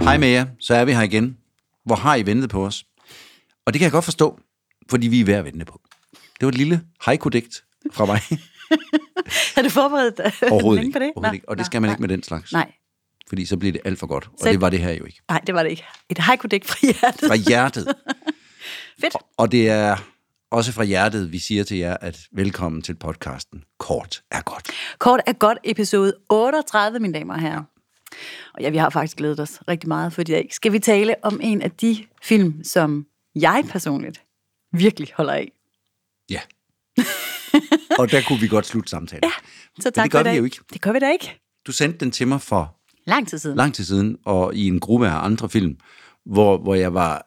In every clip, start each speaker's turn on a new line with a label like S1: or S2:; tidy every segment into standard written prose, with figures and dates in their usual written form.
S1: Hej med jer, så er vi her igen. Hvor har I ventet på os? Og det kan jeg godt forstå, fordi vi er ved at vente på. Det var et lille haiku-digt fra mig.
S2: Har du forberedt
S1: Overhovedet
S2: længe på det?
S1: Overhovedet ikke. Og det skal man ikke med den slags.
S2: Nej.
S1: Fordi så bliver det alt for godt. Og det var det her jo ikke.
S2: Nej, det var det ikke. Et haiku-digt fra hjertet.
S1: Fra hjertet.
S2: Fedt.
S1: Og det er også fra hjertet, vi siger til jer, at velkommen til podcasten Kort er godt.
S2: Kort er godt, episode 38, mine damer og herrer. Og ja, vi har faktisk glædet os rigtig meget for i dag. Skal vi tale om en af de film, som jeg personligt virkelig holder af?
S1: Ja. Og der kunne vi godt slutte samtalen.
S2: Ja, så tak.
S1: Men det gør vi jo ikke.
S2: Det gør vi da ikke.
S1: Du sendte den til mig for
S2: lang tid siden,
S1: og i en gruppe af andre film, hvor jeg var,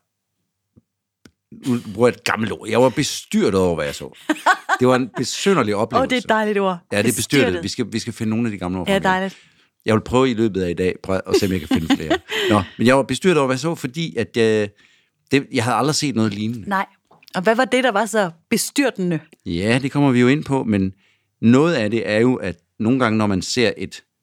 S1: nu bruger jeg et gammelt ord, jeg var bestyrtet over, hvad jeg så. Det var en besynderlig oplevelse.
S2: det er et dejligt ord.
S1: Ja, det er bestyrtet. Vi skal finde nogle af de gamle ord.
S2: Ja, dejligt.
S1: Jeg vil prøve i løbet af i dag, og se om jeg kan finde flere. Men jeg var bestyrtet over, hvad jeg så, fordi at jeg havde aldrig set noget lignende.
S2: Nej. Og hvad var det, der var så bestyrtende?
S1: Ja, det kommer vi jo ind på, men noget af det er jo, at nogle gange, når man ser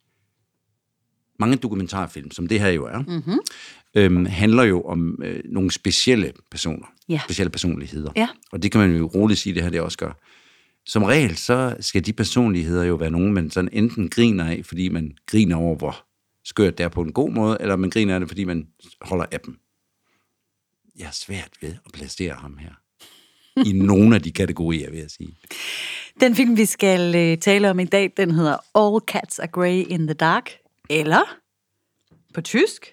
S1: mange dokumentarfilm, som det her jo er, handler jo om nogle specielle personer, specielle personligheder. Ja. Og det kan man jo roligt sige, det her det også gør. Som regel, så skal de personligheder jo være nogen, man sådan enten griner af, fordi man griner over, hvor skørt det er på en god måde, eller man griner af det, fordi man holder af dem. Jeg har svært ved at placere ham her i nogle af de kategorier, vil jeg sige.
S2: Den film, vi skal tale om i dag, den hedder All Cats Are Grey in the Dark, eller på tysk,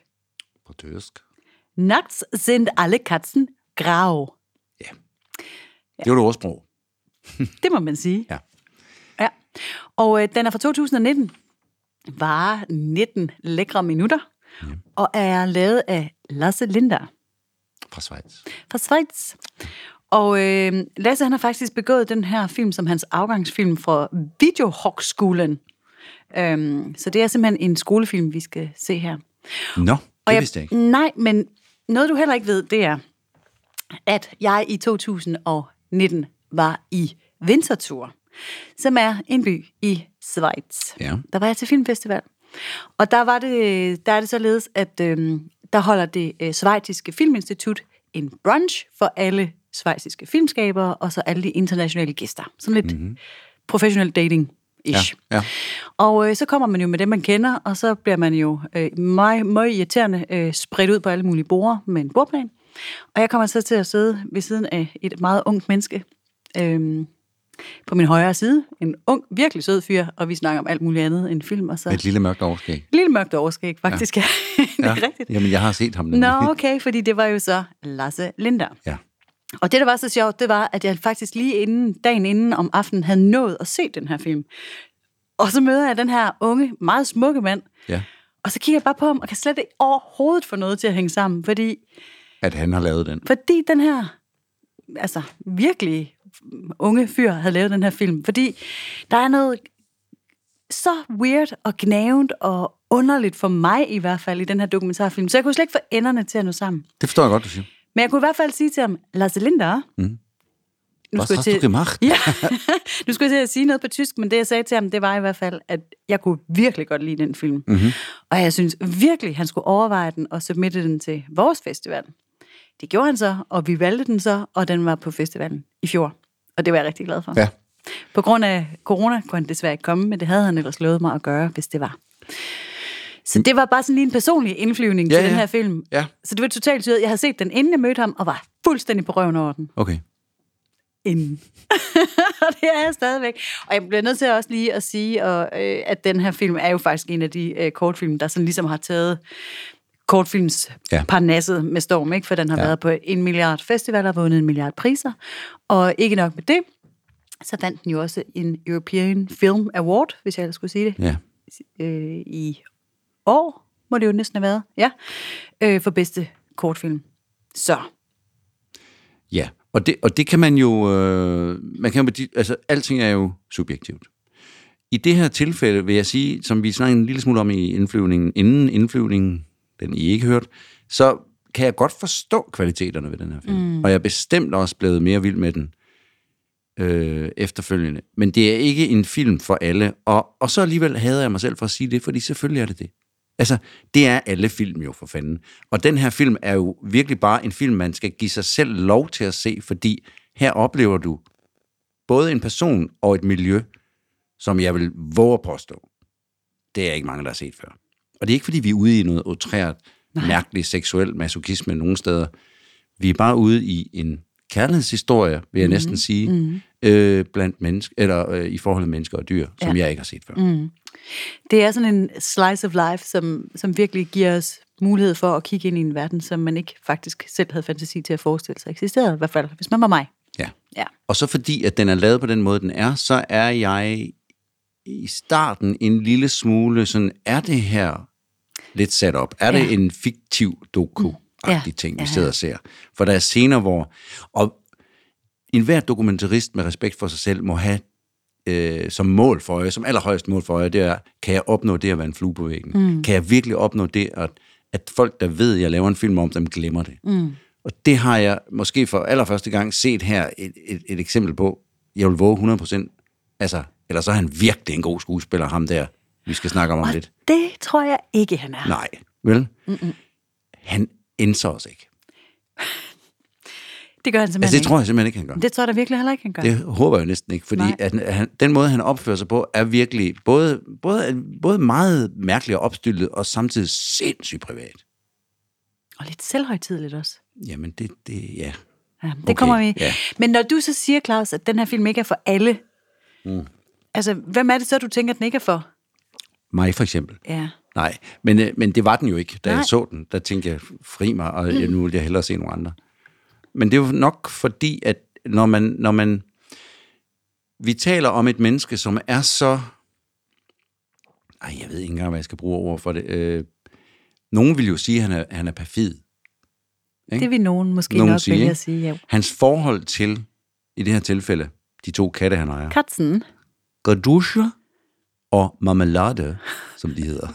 S2: Nachts sind alle Katzen grau.
S1: Ja, det var det ordsprog.
S2: Det må man sige. Ja. Og den er fra 2019, varer 19 lækre minutter, og er lavet af Lasse Linder. Fra Schweiz. Og Lasse, han har faktisk begået den her film som hans afgangsfilm fra Videohøjskolen. Så det er simpelthen en skolefilm, vi skal se her.
S1: Det vidste jeg ikke.
S2: Nej, men noget du heller ikke ved, det er, at jeg i 2019 var i Winterthur, som er en by i Schweiz.
S1: Ja.
S2: Der var jeg til filmfestival. Og der er det således, at der holder det schweiziske filminstitut en brunch for alle schweiziske filmskabere, og så alle de internationale gæster. Sådan lidt professional dating-ish.
S1: Ja.
S2: Og så kommer man jo med det, man kender, og så bliver man jo meget irriterende spredt ud på alle mulige borde med en bordplan. Og jeg kommer så til at sidde ved siden af et meget ungt menneske på min højre side. En ung, virkelig sød fyr, og vi snakker om alt muligt andet end film. Og så
S1: et lille mørkt overskæg.
S2: Lille mørkt overskæg, faktisk. Ja. Det er rigtigt.
S1: Jamen, jeg har set ham.
S2: Okay, fordi det var jo så Lasse Linder.
S1: Ja.
S2: Og det, der var så sjovt, det var, at jeg faktisk dagen inden om aftenen havde nået at se den her film. Og så møder jeg den her unge, meget smukke mand.
S1: Ja.
S2: Og så kigger jeg bare på ham, og kan slet ikke overhovedet få noget til at hænge sammen, fordi...
S1: At han har lavet den.
S2: Fordi den her, virkelig unge fyr havde lavet den her film. Fordi der er noget så weird og gnavent og underligt for mig i hvert fald i den her dokumentarfilm. Så jeg kunne slet ikke få enderne til at nå sammen.
S1: Det forstår jeg godt, du siger.
S2: Men jeg kunne i hvert fald sige til ham, Lasse Linder...
S1: Hvad har du gemacht?
S2: Ja, nu skulle jeg til at sige noget på tysk, men det jeg sagde til ham, det var i hvert fald, at jeg kunne virkelig godt lide den film. Og jeg synes virkelig, han skulle overveje den og submitte den til vores festival. Det gjorde han så, og vi valgte den så, og den var på festivalen i fjor. Og det var jeg rigtig glad for.
S1: Ja.
S2: På grund af corona kunne han desværre ikke komme, men det havde han ellers lovet mig at gøre, hvis det var. Så det var bare sådan lige en personlig indflyvning til den her film.
S1: Ja.
S2: Så det var totalt syret. Jeg havde set den, inden jeg mødte ham, og var fuldstændig på røven over den.
S1: Okay.
S2: Inden. Og det er jeg stadigvæk. Og jeg bliver nødt til også lige at sige, at den her film er jo faktisk en af de kortfilm, der sådan ligesom har taget kortfilms parnasset med storm, ikke? For den har været på 1 milliard festivaler og vundet 1 milliard priser. Og ikke nok med det, så vandt den jo også en European Film Award, hvis jeg ellers skulle sige det.
S1: Ja.
S2: I år, må det jo næsten have været. Ja. For bedste kortfilm. Så.
S1: Ja, og det kan man jo... alting er jo subjektivt. I det her tilfælde vil jeg sige, som vi snakkede en lille smule om i indflyvningen, inden indflyvningen, den I ikke hørt, så kan jeg godt forstå kvaliteterne ved den her film. Og jeg er bestemt også blevet mere vild med den efterfølgende. Men det er ikke en film for alle. Og så alligevel hader jeg mig selv for at sige det, fordi selvfølgelig er det det. Altså, det er alle film jo, for fanden. Og den her film er jo virkelig bare en film, man skal give sig selv lov til at se, fordi her oplever du både en person og et miljø, som jeg vil våge at påstå. Det er ikke mange, der har set før. Og det er ikke, fordi vi er ude i noget utræret, mærkelig seksuel masochisme nogen steder. Vi er bare ude i en kærlighedshistorie, vil jeg næsten sige, blandt mennesker, eller i forhold til mennesker og dyr, som jeg ikke har set før.
S2: Mm. Det er sådan en slice of life, som virkelig giver os mulighed for at kigge ind i en verden, som man ikke faktisk selv havde fantasi til at forestille sig eksisterede, i hvert fald, hvis man var mig.
S1: Ja. Og så fordi, at den er lavet på den måde, den er, så er jeg i starten en lille smule sådan, er det her lidt sat op? Er det en fiktiv doku-agtig ting, vi sidder og ser? For der er scener, hvor... Og enhver dokumentarist med respekt for sig selv må have som mål for øje, som allerhøjst mål for øje, det er, kan jeg opnå det at være en flue på væggen? Kan jeg virkelig opnå det, at folk, der ved, at jeg laver en film om dem, glemmer det? Og det har jeg måske for allerførste gang set her et eksempel på. Jeg vil våge 100%. Altså, eller så er han virkelig en god skuespiller, ham der, vi skal snakke om lidt.
S2: Det tror jeg ikke, han er.
S1: Nej, vel? Han ændrer os ikke.
S2: Det gør han simpelthen
S1: altså, det tror jeg simpelthen ikke, han gør.
S2: Det tror jeg da virkelig heller ikke, han gør.
S1: Det håber jeg næsten ikke, fordi at den måde, han opfører sig på, er virkelig både meget mærkelig og opstyltet, og samtidig sindssygt privat.
S2: Og lidt selvhøjtideligt også.
S1: Jamen, det ja.
S2: Ja, det kommer vi. Ja. Men når du så siger, Claus, at den her film ikke er for alle, altså, hvem er det så, du tænker, at den ikke er for?
S1: Mig for eksempel.
S2: Ja.
S1: Nej, men det var den jo ikke, da jeg så den. Der tænkte jeg, fri mig, og nu vil jeg hellere se nogle andre. Men det er jo nok fordi, at når man vi taler om et menneske, som er så... jeg ved ikke engang, hvad jeg skal bruge ord for det. Nogen vil jo sige, at han er perfid. Ikke?
S2: Det vil nogen måske nok vælge at sige, ja.
S1: Hans forhold til, i det her tilfælde, de 2 katte, han ejer.
S2: Katzen.
S1: Gadusha og Marmelade, som de hedder,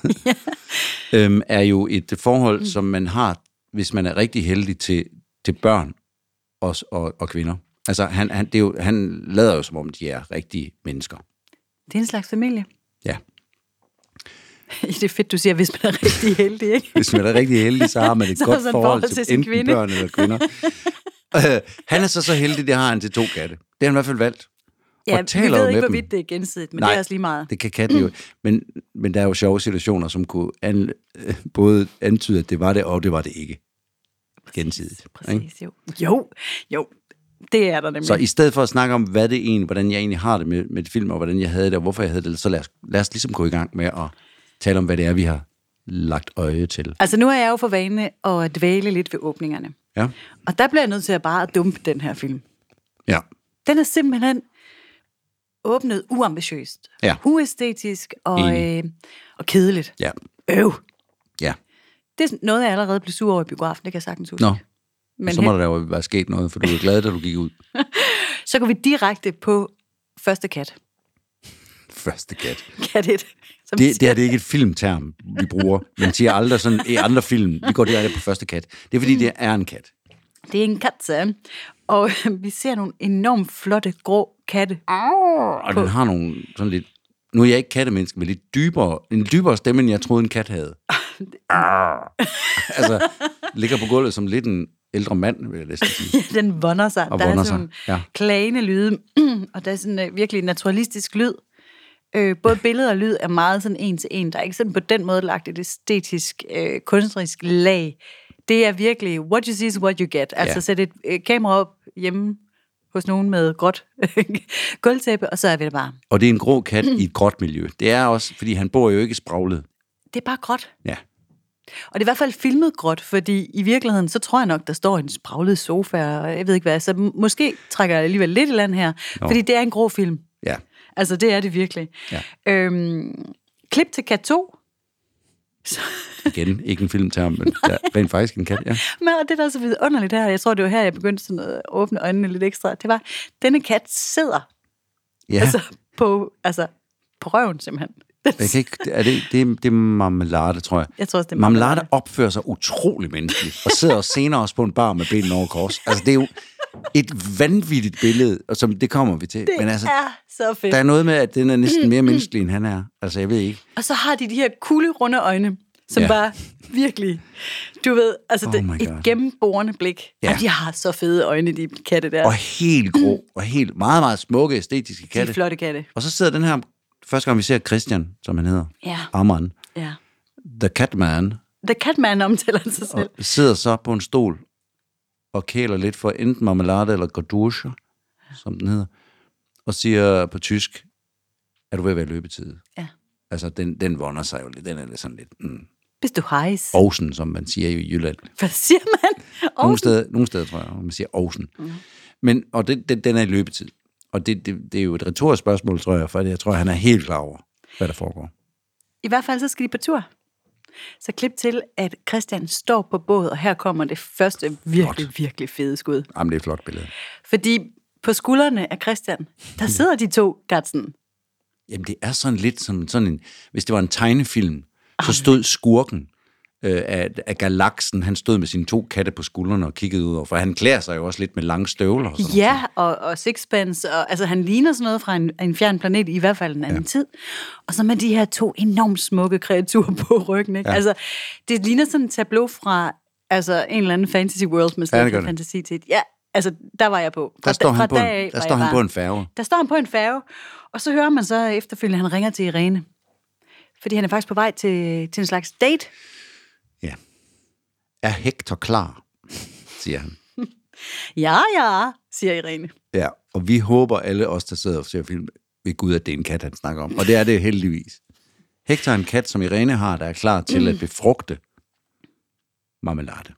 S1: er jo et forhold, som man har, hvis man er rigtig heldig til børn og kvinder. Altså, han lader jo, som om de er rigtige mennesker.
S2: Det er en slags familie.
S1: Ja.
S2: Det er fedt, du siger, hvis man er rigtig heldig, ikke?
S1: Hvis man er rigtig heldig, så har man et godt forhold til enten børn eller kvinder. Han er så heldig, det har han til 2 katte. Det har han i hvert fald valgt.
S2: Ja, vi ved ikke, hvorvidt det er gensidigt, men det er også lige meget.
S1: Det kan katten jo. Men der er jo sjove situationer, som kunne både antyde, at det var det, og det var det ikke. Gensidigt.
S2: Præcis, jo. Det er der nemlig.
S1: Så i stedet for at snakke om, hvordan jeg egentlig har det med film, og hvordan jeg havde det, og hvorfor jeg havde det, så lad os ligesom gå i gang med at tale om, hvad det er, vi har lagt øje til.
S2: Altså nu er jeg jo for vane at dvæle lidt ved åbningerne.
S1: Ja.
S2: Og der bliver jeg nødt til at bare dumpe den her film.
S1: Ja.
S2: Den er simpelthen åbnet uambitiøst.
S1: Ja.
S2: Uæstetisk og kedeligt.
S1: Ja. Ja.
S2: Det er noget, jeg allerede blev sur over i biografen, det kan jeg sagtens huske.
S1: Nå, men så må der jo være sket noget, for du er glad, da du gik ud.
S2: Så går vi direkte på første kat.
S1: Første kat.
S2: Kat 1.
S1: Det er ikke et filmterm, vi bruger. Man siger aldrig sådan i andre film, vi går direkte på første kat. Det er fordi, det er en kat.
S2: Det er en katse, og vi ser nogle enormt flotte, grå katte.
S1: Og den har nogle sådan lidt... Nu er jeg ikke kattemenneske, men en dybere stemme, end jeg troede, en kat havde. Altså, ligger på gulvet som lidt en ældre mand, vil jeg næsten sige.
S2: Ja, den vonder sig.
S1: Og
S2: der
S1: vonder
S2: er sådan
S1: sig.
S2: klagende lyde, og der er sådan virkelig naturalistisk lyd. Både billeder og lyd er meget sådan en til en. Der er ikke sådan på den måde lagt et æstetisk, kunstnerisk lag. Det er virkelig, what you see is what you get. Altså sæt et kamera op hjemme hos nogen med gråt gulvtæppe, og så er vi det bare.
S1: Og det er en grå kat i et gråt miljø. Det er også, fordi han bor jo ikke spraglet.
S2: Det er bare gråt.
S1: Ja.
S2: Og det er i hvert fald filmet gråt, fordi i virkeligheden, så tror jeg nok, der står en spraglet sofa, og jeg ved ikke hvad, så måske trækker jeg alligevel lidt i land her, fordi det er en grå film.
S1: Ja.
S2: Altså, det er det virkelig.
S1: Ja.
S2: Klip til kat 2.
S1: Igen, ikke en filmterm, men der er rent faktisk en kat, ja.
S2: Men det der er så vidunderligt her, jeg tror, det var her, jeg begyndte sådan at åbne øjnene lidt ekstra, det var, denne kat sidder på røven simpelthen.
S1: Jeg kan ikke, det er Marmelade, tror jeg.
S2: Jeg tror også, det er
S1: Marmelade opfører sig utrolig menneskeligt, og sidder og senere også på en bar med benene over kors. Altså, det er jo et vanvittigt billede, og som det kommer vi til.
S2: Det
S1: men altså,
S2: er så fedt.
S1: Der er noget med, at den er næsten mere menneskelig, end han er. Altså, jeg ved ikke.
S2: Og så har de her kulderunde øjne, som var virkelig, du ved, altså et gennemborende blik.
S1: Ja.
S2: Og de har så fede øjne, de katte der.
S1: Og helt grå, og helt meget, meget smukke, æstetiske katte.
S2: De flotte katte.
S1: Og så sidder den her, første gang vi ser Christian, som han hedder, Amman, The Catman.
S2: The Catman omtaler sig selv.
S1: Og sidder så på en stol og kæler lidt for enten marmelade eller gordurcher, som den hedder, og siger på tysk, er du ved at være løbetid?
S2: Ja.
S1: Altså, den vonder sig jo lidt. Den er lidt sådan lidt...
S2: Hvis du hejs.
S1: Aarhusen, som man siger i Jylland.
S2: Hvad siger man?
S1: Nogle steder, tror jeg, man siger Aarhusen. Men, og den er i løbetid. Og det er jo et retorisk spørgsmål, tror jeg, for jeg tror, han er helt klar over, hvad der foregår.
S2: I hvert fald så skal de på tur. Så klip til, at Christian står på båd, og her kommer det første virkelig fede skud.
S1: Jamen, det er et flot billede.
S2: Fordi på skuldrene af Christian, der sidder de to Gatzen.
S1: Jamen, det er sådan lidt som sådan en... Hvis det var en tegnefilm, så stod skurken af galaksen. Han stod med sine 2 katte på skuldrene og kiggede ud over. For han klæder sig jo også lidt med lange støvler. Og sådan
S2: noget. Og sixpence. Og, altså, han ligner sådan noget fra en fjern planet, i hvert fald en anden tid. Og så med de her 2 enormt smukke kreaturer på ryggen. Ikke? Ja. Altså, det ligner sådan en tableau fra en eller anden fantasy world med slet fantasi til. Ja, altså, der var jeg på.
S1: Der står han på en færge.
S2: Der står han på en færge. Og så hører man så efterfølgende, at han ringer til Irene. Fordi han er faktisk på vej til en slags date.
S1: Ja. Er Hector klar, siger han.
S2: Ja, siger Irene.
S1: Ja, og vi håber alle os, der sidder og ser film, ved Gud, at det er en kat, han snakker om. Og det er det heldigvis. Hector er en kat, som Irene har, der er klar til at befrugte marmelade.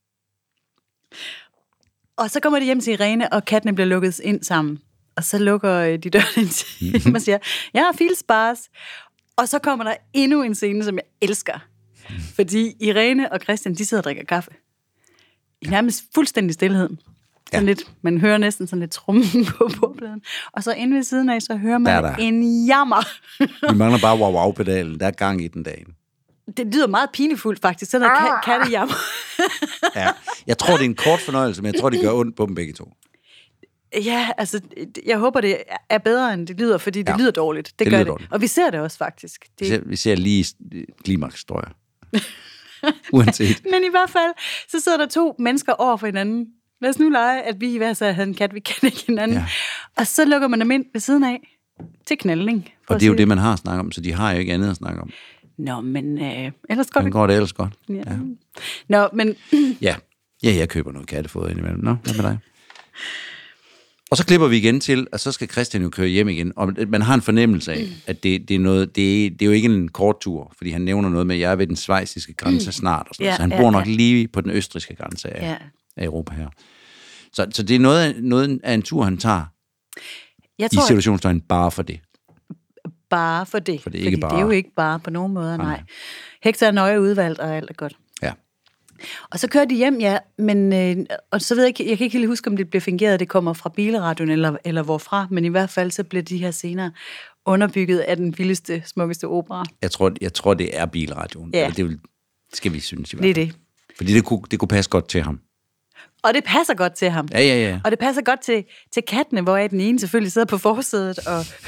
S2: Og så kommer de hjem til Irene, og kattene bliver lukket ind sammen. Og så lukker de døren ind til hende og siger, ja, viel Spaß. Og så kommer der endnu en scene, som jeg elsker. Fordi Irene og Christian, de sidder og drikker kaffe. I nærmest fuldstændig stillhed. Sådan lidt, man hører næsten sådan lidt trummen på bordpladen. Og så inde ved siden af, så hører man en jammer.
S1: Vi mangler bare wow-pedalen. Der er gang i den dagen.
S2: Det lyder meget pinefuldt, faktisk. Sådan en kattejammer.
S1: Ja, jeg tror, det er en kort fornøjelse, men jeg tror, det gør ondt på dem begge to.
S2: Ja, altså, jeg håber, det er bedre, end det lyder, fordi det lyder dårligt. Det gør det. Dårligt. Og vi ser det også, faktisk.
S1: Vi ser lige klimaks, tror jeg. Uanset.
S2: Men i hvert fald, så sidder der 2 mennesker over for hinanden. Lad os nu lege, at vi i hver sag havde en kat, vi kender ikke hinanden. Ja. Og så lukker man dem ind ved siden af til knaldning.
S1: Og det er jo det, man har snakket om, så de har jo ikke andet at snakke om.
S2: Nå, men ellers går det.
S1: Går det ellers godt.
S2: Ja. Nå, men...
S1: Ja, jeg køber noget kattefoder indimellem. Nå, hvad med dig? Og så klipper vi igen til, og så skal Christian jo køre hjem igen. Og man har en fornemmelse af, at det er noget, det er jo ikke en kort tur, fordi han nævner noget med, at jeg er ved den schweiziske grænse snart. Og sådan. Så han bor nok lige på den østrigske grænse af Europa her. Så det er noget af en tur, han tager i situationstegn bare for det.
S2: Bare for det.
S1: For det er ikke bare.
S2: Det er jo ikke bare på nogen måder, nej. Hector er nøje udvalgt, og alt er godt.
S1: Ja.
S2: Og så kører de hjem, men og så ved jeg kan ikke helt huske, om det bliver fingeret, at det kommer fra bilradioen, eller hvorfra, men i hvert fald så bliver de her scener underbygget af den vildeste, smukkeste opera.
S1: Jeg tror det er bilradioen.
S2: Ja.
S1: Det skal vi synes i hvert fald.
S2: Det er det.
S1: Fordi det kunne passe godt til ham.
S2: Og det passer godt til ham.
S1: Ja.
S2: Og det passer godt til kattene, hvor den ene selvfølgelig sidder på forsædet.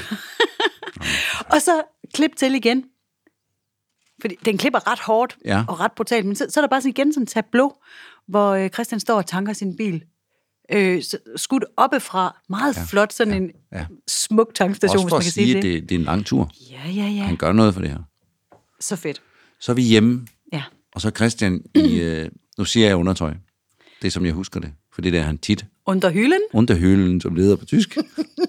S2: Og så klip til igen. Fordi den klipper ret hårdt og ret brutalt, men så er der bare sådan igen sådan en tableau, hvor Christian står og tanker sin bil. Skudt oppefra. Meget flot, sådan en smuk tankstation, hvis man kan sige det.
S1: Også for at sige, at det er en lang tur.
S2: Ja.
S1: Han gør noget for det her.
S2: Så fedt.
S1: Så er vi hjemme,
S2: ja.
S1: Og så Christian i, nu siger jeg undertøj. Det er som jeg husker det, for det der han tit.
S2: Unterhyllen?
S1: Unterhyllen, som det hedder på tysk.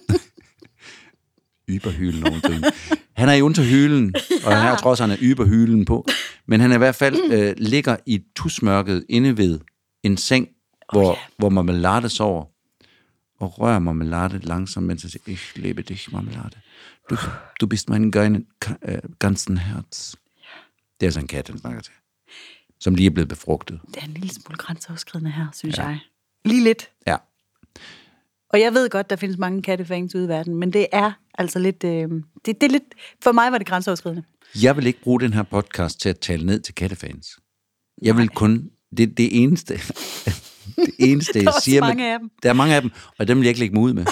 S1: Überhyllen over. Han er i Unterhyllen, og her tror jeg, han er Überhyllen på. Men han er i hvert fald ligger i tusmørket inde ved en seng, hvor marmelade sover. Og rører marmelade langsomt, mens jeg siger, ich liebe dich, marmelade. Du bist mein ganzen Herz. Det er sådan en kat, den snakker til. Som lige er blevet befrugtet.
S2: Det er en lille smule grænseoverskridende her, synes jeg. Lige lidt.
S1: Ja.
S2: Og jeg ved godt, der findes mange kattefans ude i verden, men det er altså lidt... det er lidt... For mig var det grænseoverskridende.
S1: Jeg vil ikke bruge den her podcast til at tale ned til kattefans. Jeg vil kun... Det eneste... det eneste, jeg siger... Der er mange af dem, og dem vil jeg ikke lægge mig ud med.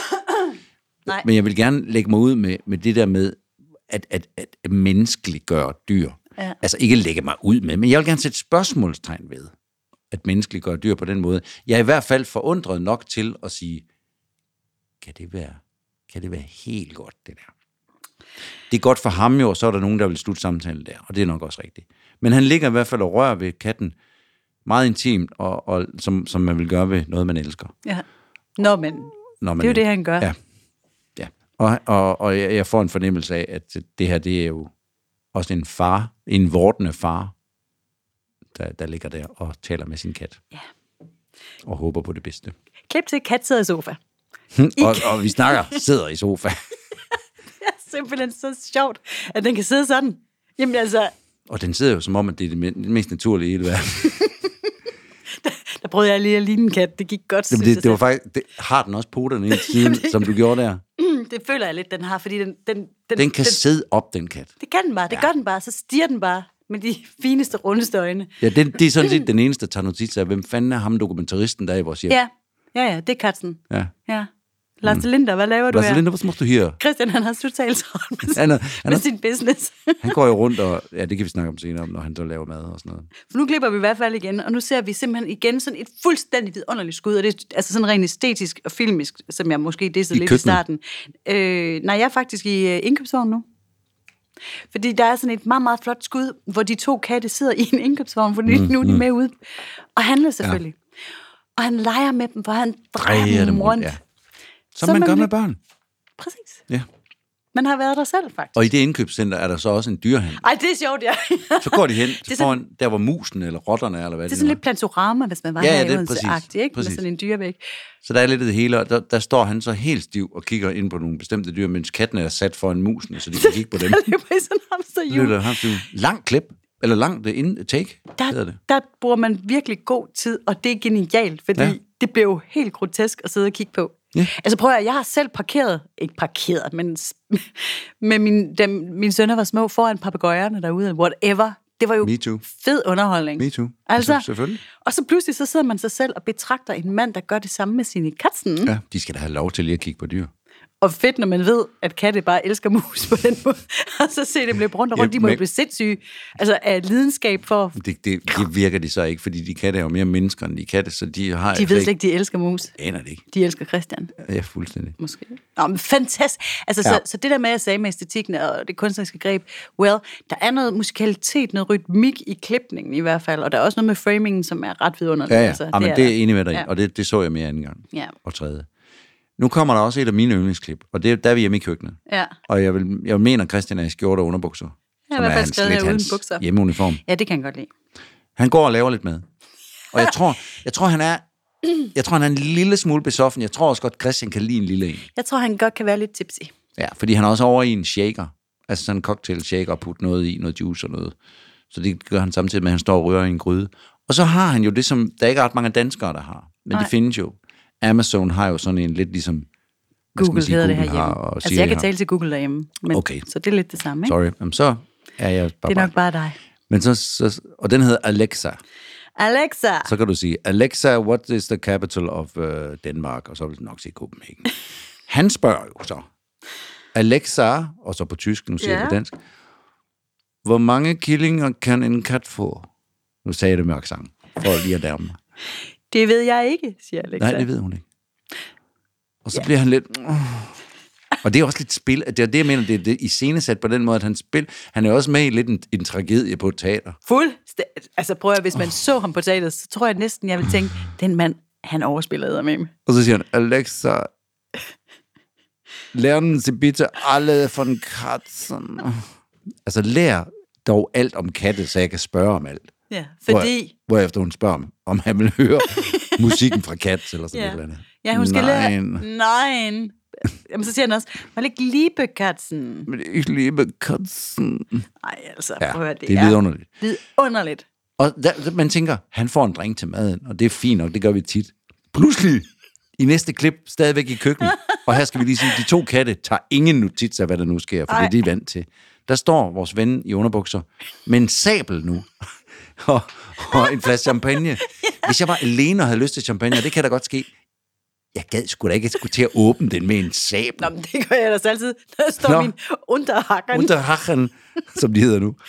S2: Nej.
S1: Men jeg vil gerne lægge mig ud med det der med at menneskeliggøre dyr.
S2: Ja.
S1: Altså ikke lægge mig ud med, men jeg vil gerne sætte spørgsmålstegn ved, at menneskeliggøre dyr på den måde. Jeg er i hvert fald forundret nok til at sige, kan det være helt godt, det der? Det er godt for ham jo, og så er der nogen, der vil slutte samtalen der, og det er nok også rigtigt. Men han ligger i hvert fald og rører ved katten meget intimt, og som man vil gøre ved noget, man elsker.
S2: Ja. Når man det er jo det, han gør.
S1: Ja. Og jeg får en fornemmelse af, at det her, det er jo også en vortende far, der ligger der og taler med sin kat.
S2: Ja.
S1: Og håber på det bedste.
S2: Klip til, kat sidder i sofa.
S1: og vi sidder i sofa.
S2: Det er simpelthen så sjovt, at den kan sidde sådan. Jamen altså...
S1: Og den sidder jo som om, at det er det mest naturlige i hele verden.
S2: Der prøvede jeg lige at ligne en kat. Det gik godt.
S1: Det var faktisk... har den også poterne ind siden, som du gjorde der?
S2: Det føler jeg lidt, den har, fordi
S1: den kan sidde op, den kat.
S2: Det kan den bare. Det gør den bare. Så stiger den bare med de fineste, rundeste øjne.
S1: Ja, det er sådan set den eneste, der tager notits af. Hvem fanden er ham dokumentaristen, der er i vores hjem?
S2: Ja, det er katten.
S1: Ja.
S2: Lasse Linder, hvad laver du her?
S1: Lasse Linder, hvad smager du her?
S2: Christian, han har totalt travlt med sin business.
S1: Han går jo rundt, og ja, det kan vi snakke om senere, om, når han så laver mad og sådan noget.
S2: For nu klipper vi i hvert fald igen, og nu ser vi simpelthen igen sådan et fuldstændig vidunderligt skud, og det er altså sådan rent æstetisk og filmisk, som jeg måske dissede lidt i starten. Nej, jeg er faktisk i indkøbsvognen nu. Fordi der er sådan et meget, meget flot skud, hvor de to katte sidder i en indkøbsvogn, fordi nu er de med ude og handler selvfølgelig. Ja. Og han leger med dem, hvor han drejer dem rundt. Ja.
S1: Som man gør med børn.
S2: Præcis.
S1: Ja.
S2: Man har været der selv, faktisk.
S1: Og i det indkøbscenter er der så også en dyrehandel.
S2: Ej, det er sjovt, ja.
S1: Så går de hen til foran, der hvor musen eller rotterne er, eller hvad
S2: det er. Sådan lidt plantorama, hvis man var her i Odense-agtig, ikke?
S1: Præcis.
S2: Med sådan en dyrevæg.
S1: Så der er lidt af det hele, og der står han så helt stiv og kigger ind på nogle bestemte dyr, mens katten er sat foran musen, så de kan kigge på dem.
S2: Der løber i sådan hamsterhjul.
S1: Lang klip, eller langt take, hedder det.
S2: Der bruger man virkelig god tid, og det er genialt, fordi det bliver jo helt grotesk at sidde og kigge på.
S1: Ja.
S2: Altså prøv at jeg har selv men med mine sønner var små foran papegøjerne derude, whatever. Det var jo fed underholdning.
S1: Me too.
S2: Altså,
S1: selvfølgelig.
S2: Og så pludselig så sidder man sig selv og betragter en mand, der gør det samme med sine katten.
S1: Ja, de skal da have lov til lige at kigge på dyr.
S2: Og fedt, når man ved, at katte bare elsker mus på den måde. Og så se dem løbe rundt og rundt. De må jo blive sindssyge. Altså af lidenskab for...
S1: Det virker de så ikke, fordi de katte er jo mere mennesker, end de katte, så de har...
S2: De ved slet ikke, de elsker mus.
S1: Aner det ikke.
S2: De elsker Christian.
S1: Ja, fuldstændig.
S2: Måske. Nå, men fantastisk. Altså, så det der med, at jeg sagde med æstetikken og det kunstneriske greb, der er noget musikalitet, noget rytmik i klipningen i hvert fald, og der er også noget med framingen, som er ret vidunderligt.
S1: Ja.
S2: Altså,
S1: men det er enig med dig i, og det så jeg mere anden gang.
S2: Ja.
S1: Og tredje. Nu kommer der også et af mine yndlingsklip, og der er vi hjemme i køkkenet. Ja. Og jeg mener, at Christian er i skjorte og underbukser.
S2: Jeg har i hvert fald skrevet her uden bukser.
S1: Hjemmeuniform.
S2: Ja, det kan han godt lide.
S1: Han går og laver lidt mad. Og jeg tror, han er en lille smule besoffen. Jeg tror også godt, Christian kan lide en lille en.
S2: Jeg tror, han godt kan være lidt tipsy.
S1: Ja, fordi han er også over i en shaker. Altså sådan en cocktail shaker og putte noget i, noget juice og noget. Så det gør han samtidig med, at han står og rører i en gryde. Og så har han jo det, som der ikke er ret mange danskere, der har. Men det findes jo. Amazon har jo sådan en lidt ligesom...
S2: Google hedder det herhjemme. Altså jeg kan tale til Google derhjemme. Men,
S1: okay.
S2: Så det er lidt det samme, ikke?
S1: Sorry. Jamen, så er jeg bare...
S2: Det er nok bare dig.
S1: Men så, og den hedder Alexa.
S2: Alexa!
S1: Så kan du sige, Alexa, what is the capital of Denmark? Og så vil du nok sige Copenhagen. Han spørger jo så, Alexa, og så på tysk, nu siger jeg på dansk, hvor mange killinger kan en kat få? Nu sagde jeg det med accent, for lige at nærme mig.
S2: Det ved jeg ikke, siger Alexa.
S1: Nej, det ved hun ikke. Og så bliver han lidt... Og det er også lidt spil. Det er det, jeg mener, det er det iscenesat på den måde, at han er også med i lidt en tragedie på et teater.
S2: Altså prøv at, hvis man så ham på teateret, så tror jeg næsten, jeg vil tænke, den mand, han overspiller eddermame.
S1: Og så siger han, Alexa, lernen Sie bitte alle von Katzen. Altså lær dog alt om katte, så jeg kan spørge om alt.
S2: Ja, fordi...
S1: Hvorefter hun spørger om han vil høre musikken fra Cats eller sådan noget andet.
S2: Ja, hun skal lære... Nej. Jamen, så siger han også, man ikke liebe Katzen.
S1: Men ikke liebe Katzen.
S2: Nej, altså, prøv at høre,
S1: det er vidunderligt.
S2: Vidunderligt.
S1: Og man tænker, han får en drink til maden, og det er fint nok, det gør vi tit. Pludselig, i næste klip, stadigvæk i køkkenet, og her skal vi lige sige, de to katte tager ingen notits af, hvad der nu sker, for det er de vant til. Der står vores ven i underbukser med en sabel nu, og en flaske champagne. Hvis jeg var alene og havde lyst til champagne, det kan da godt ske. Jeg gad sgu da ikke skulle til at åbne den med en sabel.
S2: Nå, men det gør jeg da altid. Der står min Unterhaken.
S1: Unterhaken, som de hedder nu.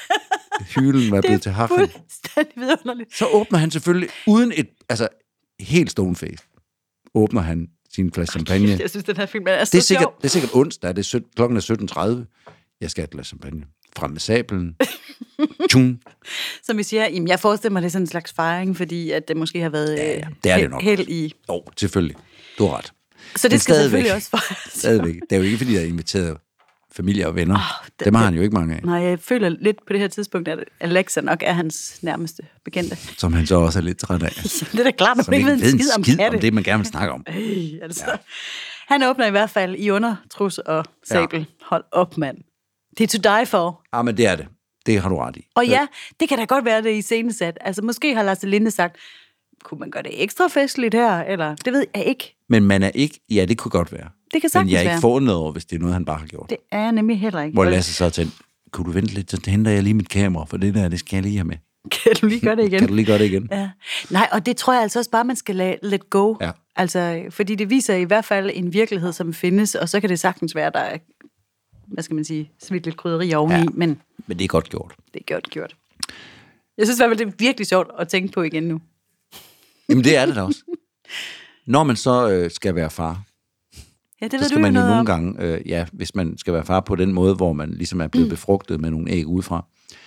S1: Hylen var blevet til haffen.
S2: Det er fuldstændig vidunderligt.
S1: Så åbner han selvfølgelig, uden et, altså helt stoneface, åbner han sin flaske champagne.
S2: Jeg synes, den her film er så
S1: det er
S2: sjov.
S1: Det er sikkert onsdag, klokken er 17.30. Jeg skal have et glas champagne. Frem med sablen. Tjung.
S2: Som vi siger, jamen, jeg forestiller mig, det er sådan en slags fejring, fordi at det måske har været
S1: det er det nok.
S2: held i...
S1: Jo, selvfølgelig. Du har ret.
S2: Så det skal selvfølgelig også fejres.
S1: Stadigvæk. Det er jo ikke, fordi jeg har inviteret familie og venner. Dem har han jo ikke mange af.
S2: Nej, jeg føler lidt på det her tidspunkt, at Alexa nok er hans nærmeste bekendte.
S1: Som han så også er lidt træt af.
S2: Det er da klart, at man ikke ved en skid om katte.
S1: Om det, man gerne vil snakke om.
S2: Altså. Ja. Han åbner i hvert fald i undertrus og sabel. Ja. Hold op, mand. Det er to die for.
S1: Ja, men det er det. Det har du ret i.
S2: Og ja, det kan da godt være, det i scenesat. Altså, måske har Lasse Linde sagt, kunne man gøre det ekstra festligt her? Eller, det ved jeg ikke.
S1: Men man er ikke... Ja, det kunne godt være.
S2: Det kan sagtens være.
S1: Men jeg er ikke forundret over, hvis det er noget, han bare har gjort.
S2: Det er jeg nemlig heller ikke.
S1: Hvor Lasse så tænkte, kunne du vente lidt, så henter jeg lige mit kamera, for det der, det skal jeg lige have med.
S2: Kan du lige gøre det igen?
S1: Kan du lige gøre det igen?
S2: Ja. Nej, og det tror jeg altså også bare, man skal let go.
S1: Ja.
S2: Altså, fordi det viser i hvert fald en virkelighed, som findes, og så kan det sagtens være, der er, hvad skal man sige, smidt lidt krydderi oveni, men
S1: det er godt gjort.
S2: Det er godt gjort. Jeg synes i hvert fald, det er virkelig sjovt at tænke på igen nu.
S1: Jamen, det er det da også. Når man så skal være far,
S2: ja, det
S1: så skal man jo nogle gange, hvis man skal være far på den måde, hvor man ligesom er blevet befrugtet med nogle æg udefra,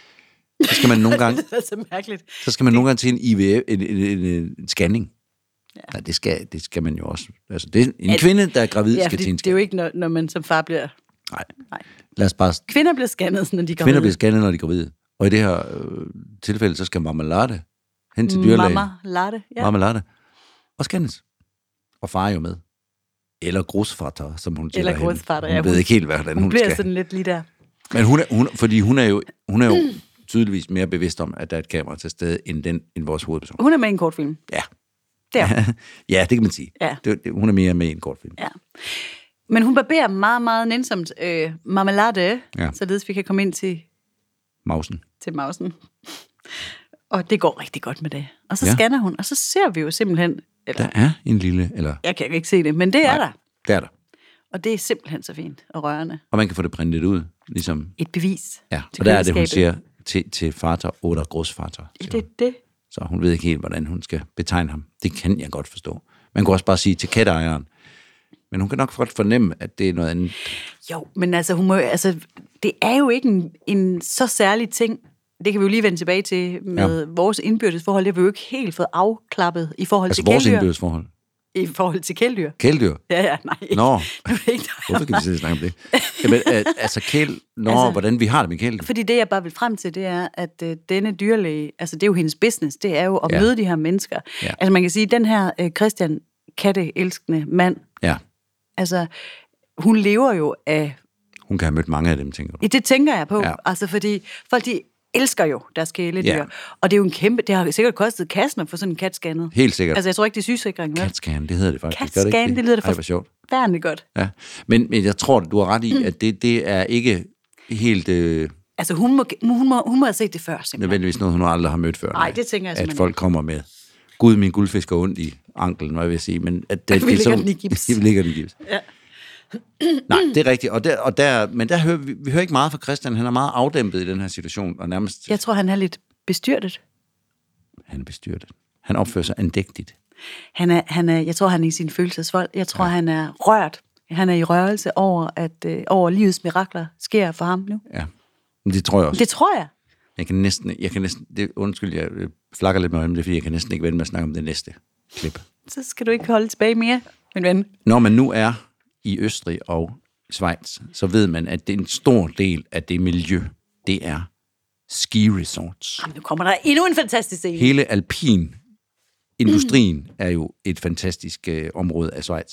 S1: så skal man nogle gange,
S2: det er så mærkeligt.
S1: Så skal man nogle gange til en IVF, en scanning. Ja. Nej, det skal man jo også. Altså, det er en kvinde, der er gravid, skal til en scanning.
S2: Det er jo ikke, når man som far bliver...
S1: Nej. Lad os bare...
S2: Kvinder bliver scannet, når de er gravide.
S1: Kvinder bliver scannet, når de er gravide. Og i det her tilfælde, så skal Mama Latte hen til dyrlægen. Mama Latte. Og scannes. Og far er jo med. Eller grosfatter, som hun siger.
S2: Eller grosfatter, ja.
S1: Hun ved ikke helt, hvordan hun
S2: bliver
S1: skal.
S2: Sådan lidt lige der.
S1: Men fordi hun er jo tydeligvis mere bevidst om, at der er et kamera til stede, end vores hovedperson.
S2: Hun er med i en kortfilm.
S1: Ja.
S2: Det er.
S1: Ja, det kan man sige.
S2: Ja.
S1: Hun er mere med i en kortfilm.
S2: Ja. Men hun barberer meget, meget nænsomt marmelade, således vi kan komme ind til
S1: mausen.
S2: Og det går rigtig godt med det. Og så scanner hun, og så ser vi jo simpelthen...
S1: Der er en lille... Eller...
S2: Jeg kan ikke se det, men det er der.
S1: Det er der.
S2: Og det er simpelthen så fint og rørende.
S1: Og man kan få det printet ud, ligesom...
S2: Et bevis.
S1: Ja, og der er det, hun siger til fater oder großvater.
S2: Det.
S1: Så hun ved ikke helt, hvordan hun skal betegne ham. Det kan jeg godt forstå. Man kan også bare sige til katteejeren. Men hun kan nok godt fornemme, at det er noget andet.
S2: Jo, men altså, det er jo ikke en så særlig ting. Det kan vi jo lige vende tilbage til med vores indbyrdes forhold. Det har vi jo ikke helt fået afklappet i forhold til kæledyr.
S1: Altså vores indbyrdes forhold?
S2: I forhold til kæledyr.
S1: Kæledyr?
S2: Ja, nej.
S1: Nå, hvorfor kan vi sidde og snakke om det? Jamen, altså, hvordan vi har det med kæledyr?
S2: Fordi det, jeg bare vil frem til, det er, at denne dyrlæge, altså det er jo hendes business, det er jo at møde de her mennesker. Ja. Altså man kan sige, den her Christian katteelskende mand, altså hun lever jo af... Hun
S1: kan have mødt mange af dem, tænker du?
S2: Det tænker jeg på, altså fordi folk de elsker jo deres kæledyr. Ja. Og det er jo en kæmpe... Det har sikkert kostet kassen at få sådan en katscannet.
S1: Helt sikkert.
S2: Altså, jeg tror ikke, det er sygesikring.
S1: Catscan, det hedder det faktisk.
S2: Catscan, det lyder det
S1: for sjovt.
S2: Værende godt.
S1: Ja. Men jeg tror, du har ret i, at det er ikke helt...
S2: Altså, hun må have set det før, simpelthen.
S1: Nødvendigvis noget, hun aldrig har mødt før.
S2: Nej, det tænker jeg simpelthen.
S1: At folk kommer med... Gud, min guldfisk er ondt i anklen, hvad jeg vil sige. Men at det,
S2: vi ligger den i gips.
S1: Vi ligger den i gips. Ja. Nej, det er rigtigt. Men der hører vi hører ikke meget fra Christian. Han er meget afdæmpet i den her situation. Og nærmest...
S2: Jeg tror, han er lidt bestyrtet.
S1: Han er bestyrtet. Han opfører sig andægtigt.
S2: Jeg tror, han er i sin følelsesvold. Jeg tror, han er rørt. Han er i rørelse over, at over livets mirakler sker for ham nu.
S1: Ja, men det tror jeg også.
S2: Det tror jeg.
S1: Jeg kan næsten undskyld, jeg flakker lidt med øjnene, fordi jeg kan næsten ikke vente med at snakke om det næste klip.
S2: Så skal du ikke holde tilbage mere, min ven.
S1: Når man nu er i Østrig og Schweiz, så ved man, at det er en stor del af det miljø, det er ski resorts.
S2: Jamen, nu kommer der endnu en fantastisk scene.
S1: Hele alpin-industrien er jo et fantastisk område af Schweiz.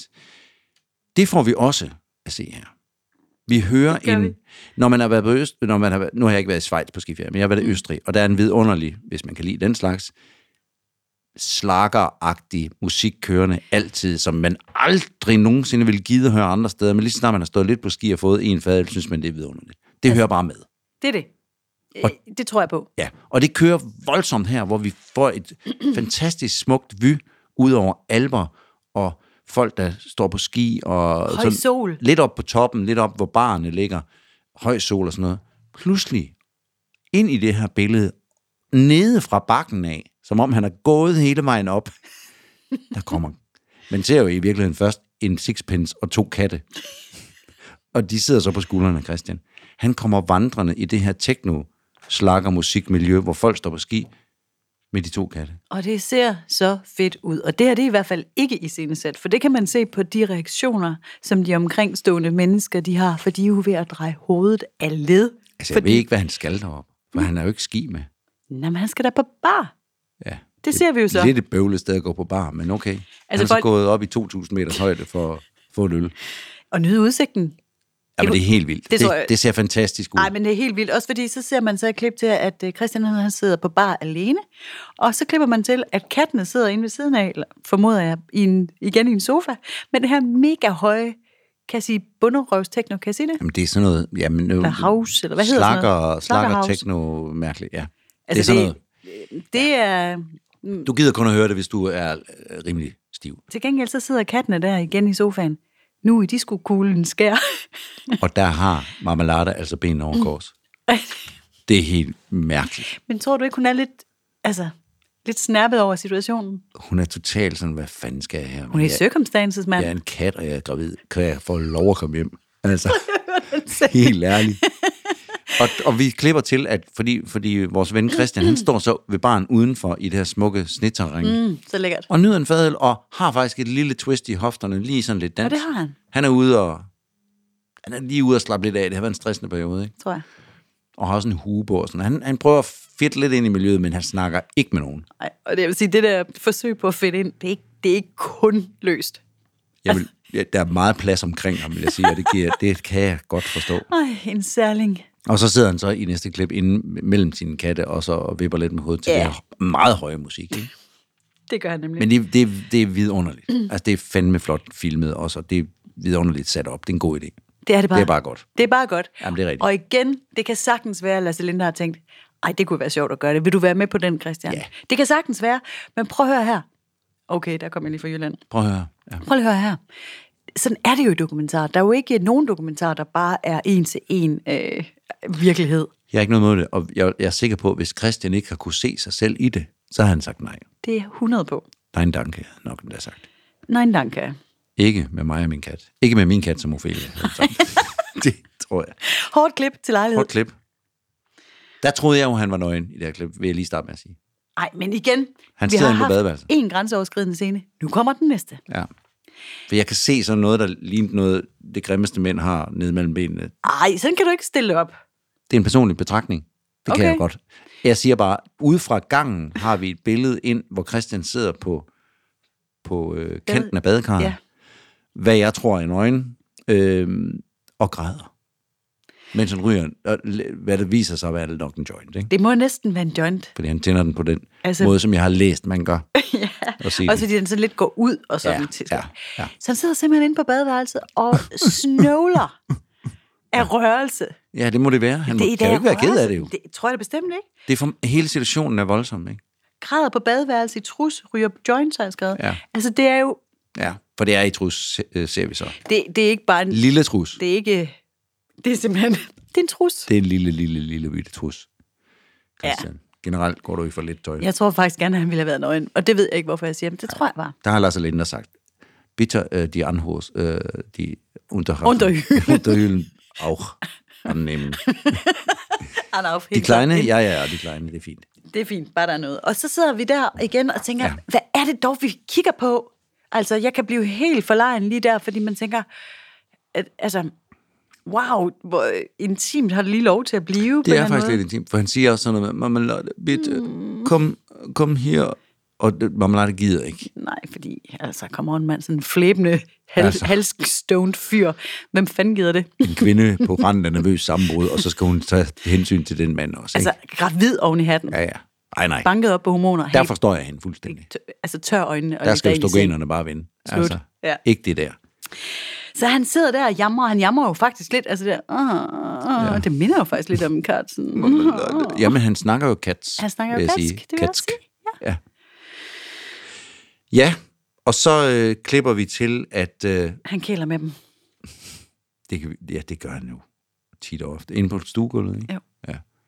S1: Det får vi også at se her. Vi hører når man har været på Østrig, nu har jeg ikke været i Schweiz på skiferie, men jeg har været i Østrig, og der er en vidunderlig, hvis man kan lide den slags, slageragtig musik kørende altid, som man aldrig nogensinde vil gide at høre andre steder, men lige snart man har stået lidt på ski og fået en fadøl, synes man, det er vidunderligt. Det hører bare med.
S2: Det er det. Det tror jeg på.
S1: Ja, og det kører voldsomt her, hvor vi får et fantastisk smukt vy ud over Alper, og folk, der står på ski, og
S2: høj sol.
S1: Lidt op på toppen, lidt op, hvor barerne ligger, høj sol og sådan noget. Pludselig, ind i det her billede, nede fra bakken af, som om han er gået hele vejen op. Der kommer. Man ser jo i virkeligheden først en sixpence og 2 katte. Og de sidder så på skuldrene af Christian. Han kommer vandrende i det her techno-slagermusikmiljø, hvor folk står på ski med de 2 katte.
S2: Og det ser så fedt ud. Og det her, det er i hvert fald ikke iscenesat, for det kan man se på de reaktioner, som de omkringstående mennesker, de har, for de er jo ved at dreje hovedet af led.
S1: Altså, jeg ved ikke, hvad han skal deroppe, for han er jo ikke ski med.
S2: Nå, men han skal da på bar.
S1: Ja.
S2: Det ser vi jo så.
S1: Det er lidt et bøvlet sted at gå på bar, men okay. Altså, han er så gået op i 2.000 meters højde for at få en øl.
S2: Og nyde udsigten.
S1: Jamen, det er helt vildt. Det ser fantastisk ud.
S2: Nej, men det er helt vildt. Også fordi, så ser man så et klip til, at Christian han sidder på bar alene. Og så klipper man til, at kattene sidder inde ved siden af, eller formoder jeg, igen i en sofa, med det her mega høje, kan jeg sige, bunderøvs-techno, kan jeg sige det?
S1: Jamen, det er sådan noget... Jamen,
S2: house, eller hvad hedder det?
S1: Slakker techno, mærkeligt, ja.
S2: Altså,
S1: det er sådan
S2: noget. Det er...
S1: Du gider kun at høre det, hvis du er rimelig stiv.
S2: Til gengæld så sidder kattene der igen i sofaen. Nu i disco-kuglen skær.
S1: Og der har Marmelade altså ben over kors. Det er helt mærkeligt.
S2: Men tror du ikke, hun er lidt snærpet over situationen?
S1: Hun er totalt sådan, hvad fanden skal jeg her?
S2: Hun er i circumstances, mand.
S1: Jeg er en kat, og jeg er gravid. Kan jeg få lov at komme hjem? Altså, helt ærligt. Og vi klipper til, at fordi vores ven Christian, han står så ved baren udenfor i det her smukke snitterring.
S2: Så lækkert.
S1: Og nyder en fadøl, og har faktisk et lille twist i hofterne, lige sådan lidt dans.
S2: Og det har han.
S1: Han er lige ude og slappe lidt af. Det har været en stressende periode, ikke?
S2: Tror jeg.
S1: Og har også en hue på og sådan. Han prøver at fedte lidt ind i miljøet, men han snakker ikke med nogen.
S2: Nej, og det vil sige, det der forsøg på at fedte ind, det er ikke kun løst.
S1: Der er meget plads omkring ham, vil jeg sige, og det kan jeg godt forstå.
S2: En særling.
S1: Og så sidder han så i næste klip inde mellem sine katte, og så vipper lidt med hovedet til det her meget høje musik, ikke?
S2: Det gør han nemlig.
S1: Men det er vidunderligt. Altså, det er fandme flot filmet også, og det er vidunderligt sat op. Det er en god idé.
S2: Det er det bare.
S1: Det er bare godt.
S2: Det er bare godt.
S1: Jamen, det er rigtigt.
S2: Og igen, det kan sagtens være, at Lasse Linda har tænkt, det kunne være sjovt at gøre det. Vil du være med på den, Christian?
S1: Ja.
S2: Det kan sagtens være, men prøv at høre her. Okay, der kom jeg lige fra Jylland.
S1: Prøv at høre. Ja.
S2: Prøv at høre her. Sådan er det jo i dokumentar. Der er jo ikke nogen dokumentar, der bare er en til en virkelighed.
S1: Jeg har ikke noget mod det, og jeg er sikker på, at hvis Christian ikke har kunne se sig selv i det, så har han sagt nej.
S2: Det er 100 på.
S1: Nej, en danke, nok den der sagt.
S2: Nej, en danke.
S1: Ikke med mig og min kat. Ikke med min kat som Ophelia. Det tror jeg.
S2: Hårdt klip til lejlighed.
S1: Hårdt klip. Der troede jeg jo, han var nøgen i det her klip, vil jeg lige starte med at sige.
S2: Nej, men igen,
S1: han
S2: vi har
S1: haft
S2: en grænseoverskridende scene. Nu kommer den næste.
S1: Ja. For jeg kan se sådan noget, der ligner noget, det grimmeste mænd har nede mellem benene.
S2: Ej, sådan kan du ikke stille op.
S1: Det er en personlig betragtning. Det kan jeg godt. Jeg siger bare, ude fra gangen har vi et billede ind, hvor Christian sidder på kanten af badekarret. Ja. Hvad jeg tror er en øjne, og græder. Mens han ryger, hvad det viser sig at være nok en joint. Ikke?
S2: Det må næsten være en joint.
S1: Fordi han tænder den på den måde, som jeg har læst, man gør.
S2: Ja, også fordi den så lidt går ud og sådan. Ja. Så han sidder simpelthen inde på badeværelset og snøvler af rørelse.
S1: Ja, det må det være. Han kan jo ikke være ked af det jo.
S2: Det tror jeg da bestemt ikke.
S1: Det er for, hele situationen er voldsom, ikke?
S2: Græder på badeværelset i trus, ryger joints, har jeg skrevet. Ja. Altså, det er jo...
S1: Ja, for det er i trus, ser vi så.
S2: Det er ikke bare en...
S1: Lille trus.
S2: Det er ikke... Det er simpelthen... Det er en trus.
S1: Det er en lille bitte trus. Christian. Ja. Generelt går du i for lidt tøj.
S2: Jeg tror faktisk gerne, at han ville have været nøgen. Og det ved jeg ikke, hvorfor jeg siger, men det tror jeg bare.
S1: Der har Lasse Linder sagt. Bitte die Anhos, die Unterhüllen auch annehmen. De kleine? Ja, de kleine, det er fint.
S2: Det er fint, bare der er noget. Og så sidder vi der igen og tænker, hvad er det dog, vi kigger på? Altså, jeg kan blive helt forlegen lige der, fordi man tænker, altså... Wow, hvor intimt har det lige lov til at blive.
S1: Det er faktisk lidt intimt, for han siger også sådan noget med, Marmelade, bitte, kom her, og Marmelade gider ikke.
S2: Nej, fordi, altså, come on, mand, sådan en flæbende, halsstoned fyr. Hvem fanden gider det?
S1: En kvinde på randen af nervøs sammenbrud, og så skal hun tage hensyn til den mand også, ikke?
S2: Altså, gravid oven i hatten.
S1: Ja. Nej.
S2: Banket op på hormoner.
S1: Der forstår jeg hende fuldstændig.
S2: Altså, tør øjnene.
S1: Der skal østrogenerne bare vinde. Altså, ikke det der.
S2: Så han sidder der og jamrer. Han jamrer jo faktisk lidt. Altså det, det minder jo faktisk lidt om en kat.
S1: Jamen, han snakker jo kats.
S2: Han snakker jo katsk, det vil jeg sige.
S1: Ja, og så klipper vi til, at...
S2: han kæler med dem.
S1: Det gør han jo tit og ofte. Inde på stuegulvet, ikke?
S2: Jo.
S1: Ja.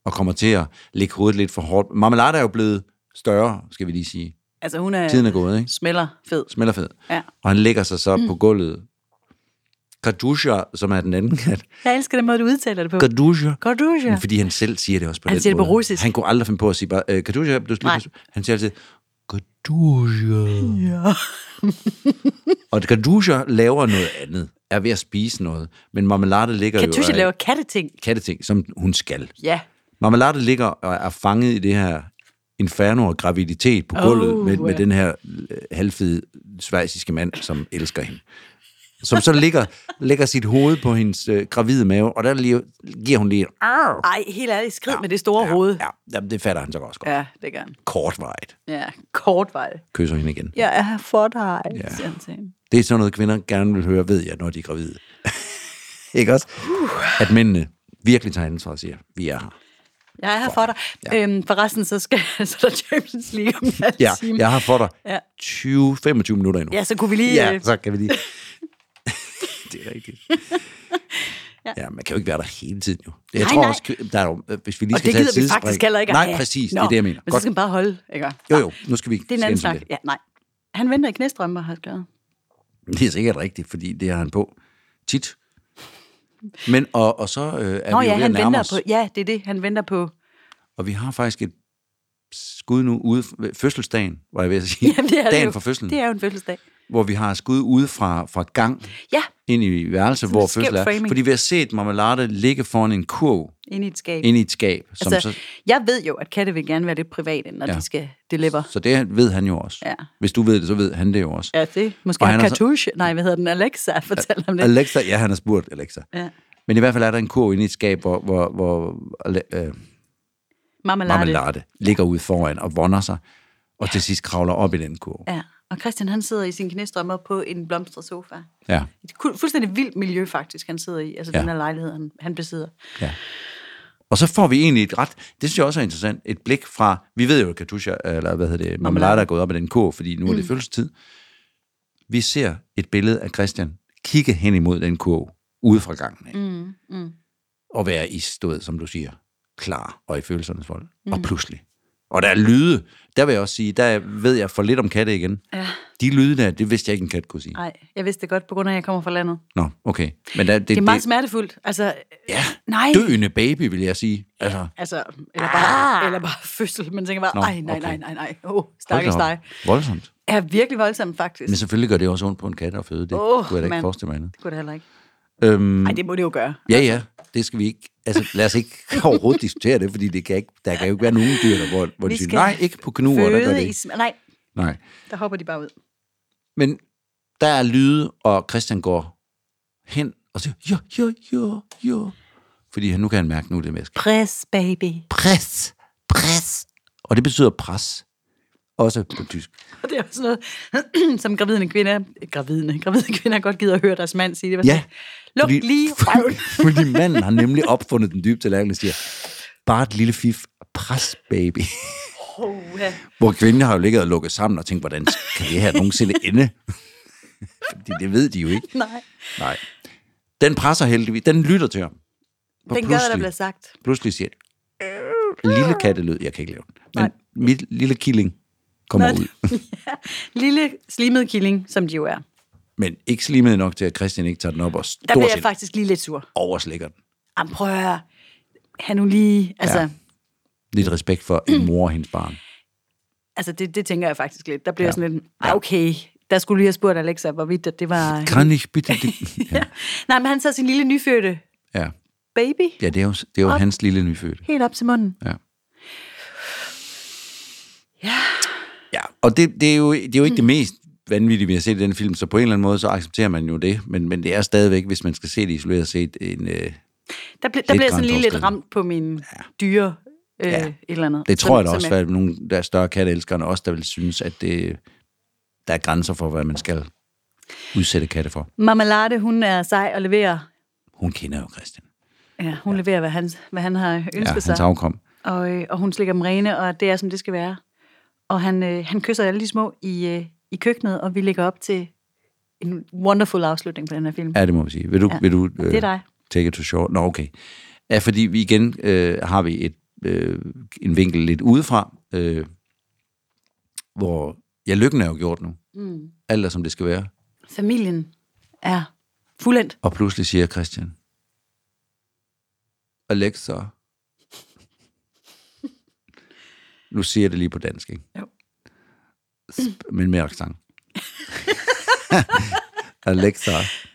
S1: og kommer til at lægge hovedet lidt for hårdt. Marmelade er jo blevet større, skal vi lige sige.
S2: Altså hun er...
S1: Tiden er gået, ikke?
S2: Smelter fed.
S1: Ja. Og han lægger sig så på gulvet. Katusha, som er den anden kat.
S2: Jeg elsker den måde, du udtaler det på.
S1: Katusha. Fordi han selv siger det også på den måde.
S2: Han siger det på russisk.
S1: Han kunne aldrig finde på at sige bare, Katusha, han siger altid, Katusha.
S2: Ja.
S1: Og Katusha laver noget andet, er ved at spise noget. Men Marmelade ligger
S2: Katusha laver
S1: katteting, som hun skal.
S2: Ja.
S1: Marmelade ligger og er fanget i det her inferno og graviditet på gulvet med den her halvfede schweiziske mand, som elsker hende. Som så lægger sit hoved på hendes gravide mave, og der giver hun lige...
S2: Ej, helt ærligt, skrid med det store hoved.
S1: Ja, det fatter han så også godt.
S2: Ja, det gør han.
S1: Kortvarigt.
S2: Ja, kortvarigt.
S1: Kysser hende igen.
S2: Jeg er for dig,
S1: siger han. Det er sådan noget, kvinder gerne vil høre, ved jeg, når de er gravide. Ikke også? At mændene virkelig tager ansvar og siger, vi er her.
S2: Jeg er her for dig. Ja. Forresten, så er der Champions League om en halv time.
S1: Jeg er her for dig 20-25 minutter endnu.
S2: Ja, så kunne vi lige...
S1: Ja, så kan vi lige... Det er rigtigt. Ja, man kan jo ikke være der hele tiden, jo. Jeg tror også, der er jo, hvis vi lige skal tage et sidespring...
S2: Og det gider vi faktisk heller ikke.
S1: Nej, præcis, det er det, jeg mener.
S2: Men så skal man bare holde, ikke?
S1: Jo, nu skal vi...
S2: Det er en anden snak. Ja, nej. Han venter i knæstrømper, har jeg skrevet.
S1: Det er sikkert rigtigt, fordi det har han på tit. Men, og så er vi jo ved at nærme os.
S2: Ja, det er det, han venter på.
S1: Og vi har faktisk et skud nu ude... Fødselsdagen, var jeg ved at sige.
S2: Jamen, det er
S1: dagen
S2: det jo.
S1: for fødslen.
S2: Det er jo en fødselsdag.
S1: Hvor vi har skud ude fra gang ind i værelse, hvor fødsel er.
S2: Framing.
S1: Fordi vi har set Marmelade ligge foran en kurv.
S2: Ind i et skab.
S1: Altså,
S2: jeg ved jo, at katte vil gerne være lidt private, når de skal deliver.
S1: Så det ved han jo også. Ja. Hvis du ved det, så ved han det jo også.
S2: Ja, det. Måske han Katusha. Nej, hvad hedder den? Alexa fortæller om det.
S1: Alexa, ja, han har spurgt Alexa. Ja. Men i hvert fald er der en kurv inde i et skab, hvor Marmelade ligger ude foran og vonder sig, og til sidst kravler op i den kurv.
S2: Ja. Og Christian, han sidder i sin knæstrømmer på en blomstret sofa.
S1: Ja.
S2: Et fuldstændig vildt miljø, faktisk, han sidder i. Altså den her lejlighed, han besidder.
S1: Ja. Og så får vi egentlig det synes jeg også er interessant, et blik fra, vi ved jo, at Katusha, eller Marmelade er gået op i den kurv, fordi nu er det fødselstid. Vi ser et billede af Christian kigge hen imod den kurv, ude fra gangen af. Og være i stået, som du siger, klar og i følelsernes vold. Og pludselig. Og der er lyde, der vil jeg også sige, der ved jeg for lidt om katte igen. Ja. De lyde der, det vidste jeg ikke en kat kunne sige.
S2: Nej, jeg vidste det godt, på grund af, at jeg kommer fra landet.
S1: Nå, okay. Men
S2: det er meget smertefuldt. Altså,
S1: ja, døende baby, vil jeg sige.
S2: Altså eller bare fødsel. Man tænker bare, nej. Stakkels dig.
S1: Voldsomt.
S2: Ja, virkelig voldsomt, faktisk.
S1: Men selvfølgelig gør det også ondt på en kat at føde. Det kunne jeg da ikke forestille mig andet.
S2: Det kunne det heller ikke. Nej, det må det jo gøre.
S1: Ja, det skal vi ikke. Altså, lad os ikke overhovedet diskutere det, fordi der kan jo ikke være nogen dyr, hvor de siger, nej, ikke på knuer, der gør det ikke.
S2: Nej, der hopper de bare ud.
S1: Men der er lyde, og Christian går hen og siger, ja. Fordi nu kan han mærke, nu er det væske.
S2: Pres, baby.
S1: Pres. Og det betyder pres. Også på tysk.
S2: Og det er også noget, som gravide kvinder godt gider at høre deres mand sige. Det
S1: ja.
S2: Luk lige røven.
S1: Fordi manden har nemlig opfundet den dybe tallerken og siger, bare et lille fif, pres, baby. Hvor kvinden har jo ligget og lukket sammen og tænkt, hvordan kan det her nogensinde ende? Fordi det ved de jo ikke. Nej. Den presser heldigvis, den lytter til ham.
S2: Og den gør, der bliver sagt.
S1: Pludselig siger lille kattelyd, jeg kan ikke lave den. Men mit lille killing kommer ud.
S2: Lille slimet killing, som de jo er.
S1: Men ikke slimet nok til, at Christian ikke tager den op og
S2: der bliver jeg faktisk lige lidt sur.
S1: Overslækker den.
S2: Jamen prøv at høre. Han nu lige, altså... Ja.
S1: Lidt respekt for en mor og hendes barn.
S2: Altså det tænker jeg faktisk lidt. Der bliver sådan lidt, okay, der skulle lige have spurgt Alexa, hvorvidt det var...
S1: Kan ikke bitte det?
S2: Ja. Nej, men han tager sin lille nyfødte baby.
S1: Ja, det er jo hans lille nyfødte.
S2: Helt op til munden.
S1: Ja, og det er jo ikke det mest vanvittige, vi har set i den film, så på en eller anden måde, så accepterer man jo det, men det er stadigvæk, hvis man skal se det isoleret set, en...
S2: Der bliver sådan lige lidt ramt på min dyre et eller andet.
S1: Det tror jeg da også, at nogle der større katteelskerne også, der vil synes, at der er grænser for, hvad man skal udsætte katte for.
S2: Marmelade, hun er sej og leverer...
S1: Hun kender jo Christian.
S2: Ja, hun leverer, hvad han har ønsket sig.
S1: Hans afkom.
S2: Og hun slikker dem rene, og det er, som det skal være. Og han kysser alle de små i køkkenet, og vi lægger op til en wonderful afslutning på den her film.
S1: Ja, det må vi sige. Vil du
S2: det er dig.
S1: Take it to short? Nå, okay. Ja, fordi vi igen har vi en vinkel lidt udefra, hvor lykken er jo gjort nu. Alt er, som det skal være.
S2: Familien er fuldendt.
S1: Og pludselig siger Christian, Alexa, nu siger jeg det lige på dansk, ikke?
S2: Jo.
S1: Men med accent. Alexa,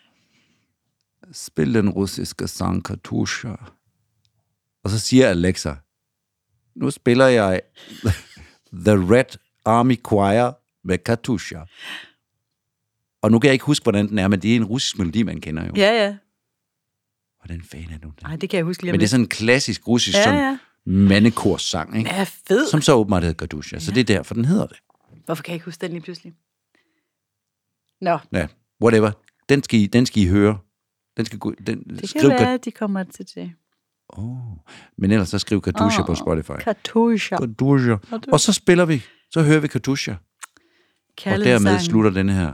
S1: spil den russiske sang Katusha. Og så siger Alexa, nu spiller jeg The Red Army Choir med Katusha. Og nu kan jeg ikke huske, hvordan den er, men det er en russisk melodi, man kender jo.
S2: Ja.
S1: Hvordan fanden er du den?
S2: Nej, det kan jeg huske lige.
S1: Men det er sådan en klassisk russisk sådan mandekorssang, ikke?
S2: Ja, fed.
S1: Som så åbenbart hedder Katusha, så det er derfor, den hedder det.
S2: Hvorfor kan jeg ikke huske den lige pludselig? Nå.
S1: Ja, whatever. Den skal I høre.
S2: Det kan være, at de kommer til det.
S1: Men ellers så skriv Katusha på Spotify.
S2: Katusha.
S1: Og så spiller vi, så hører vi Katusha. Og dermed slutter denne her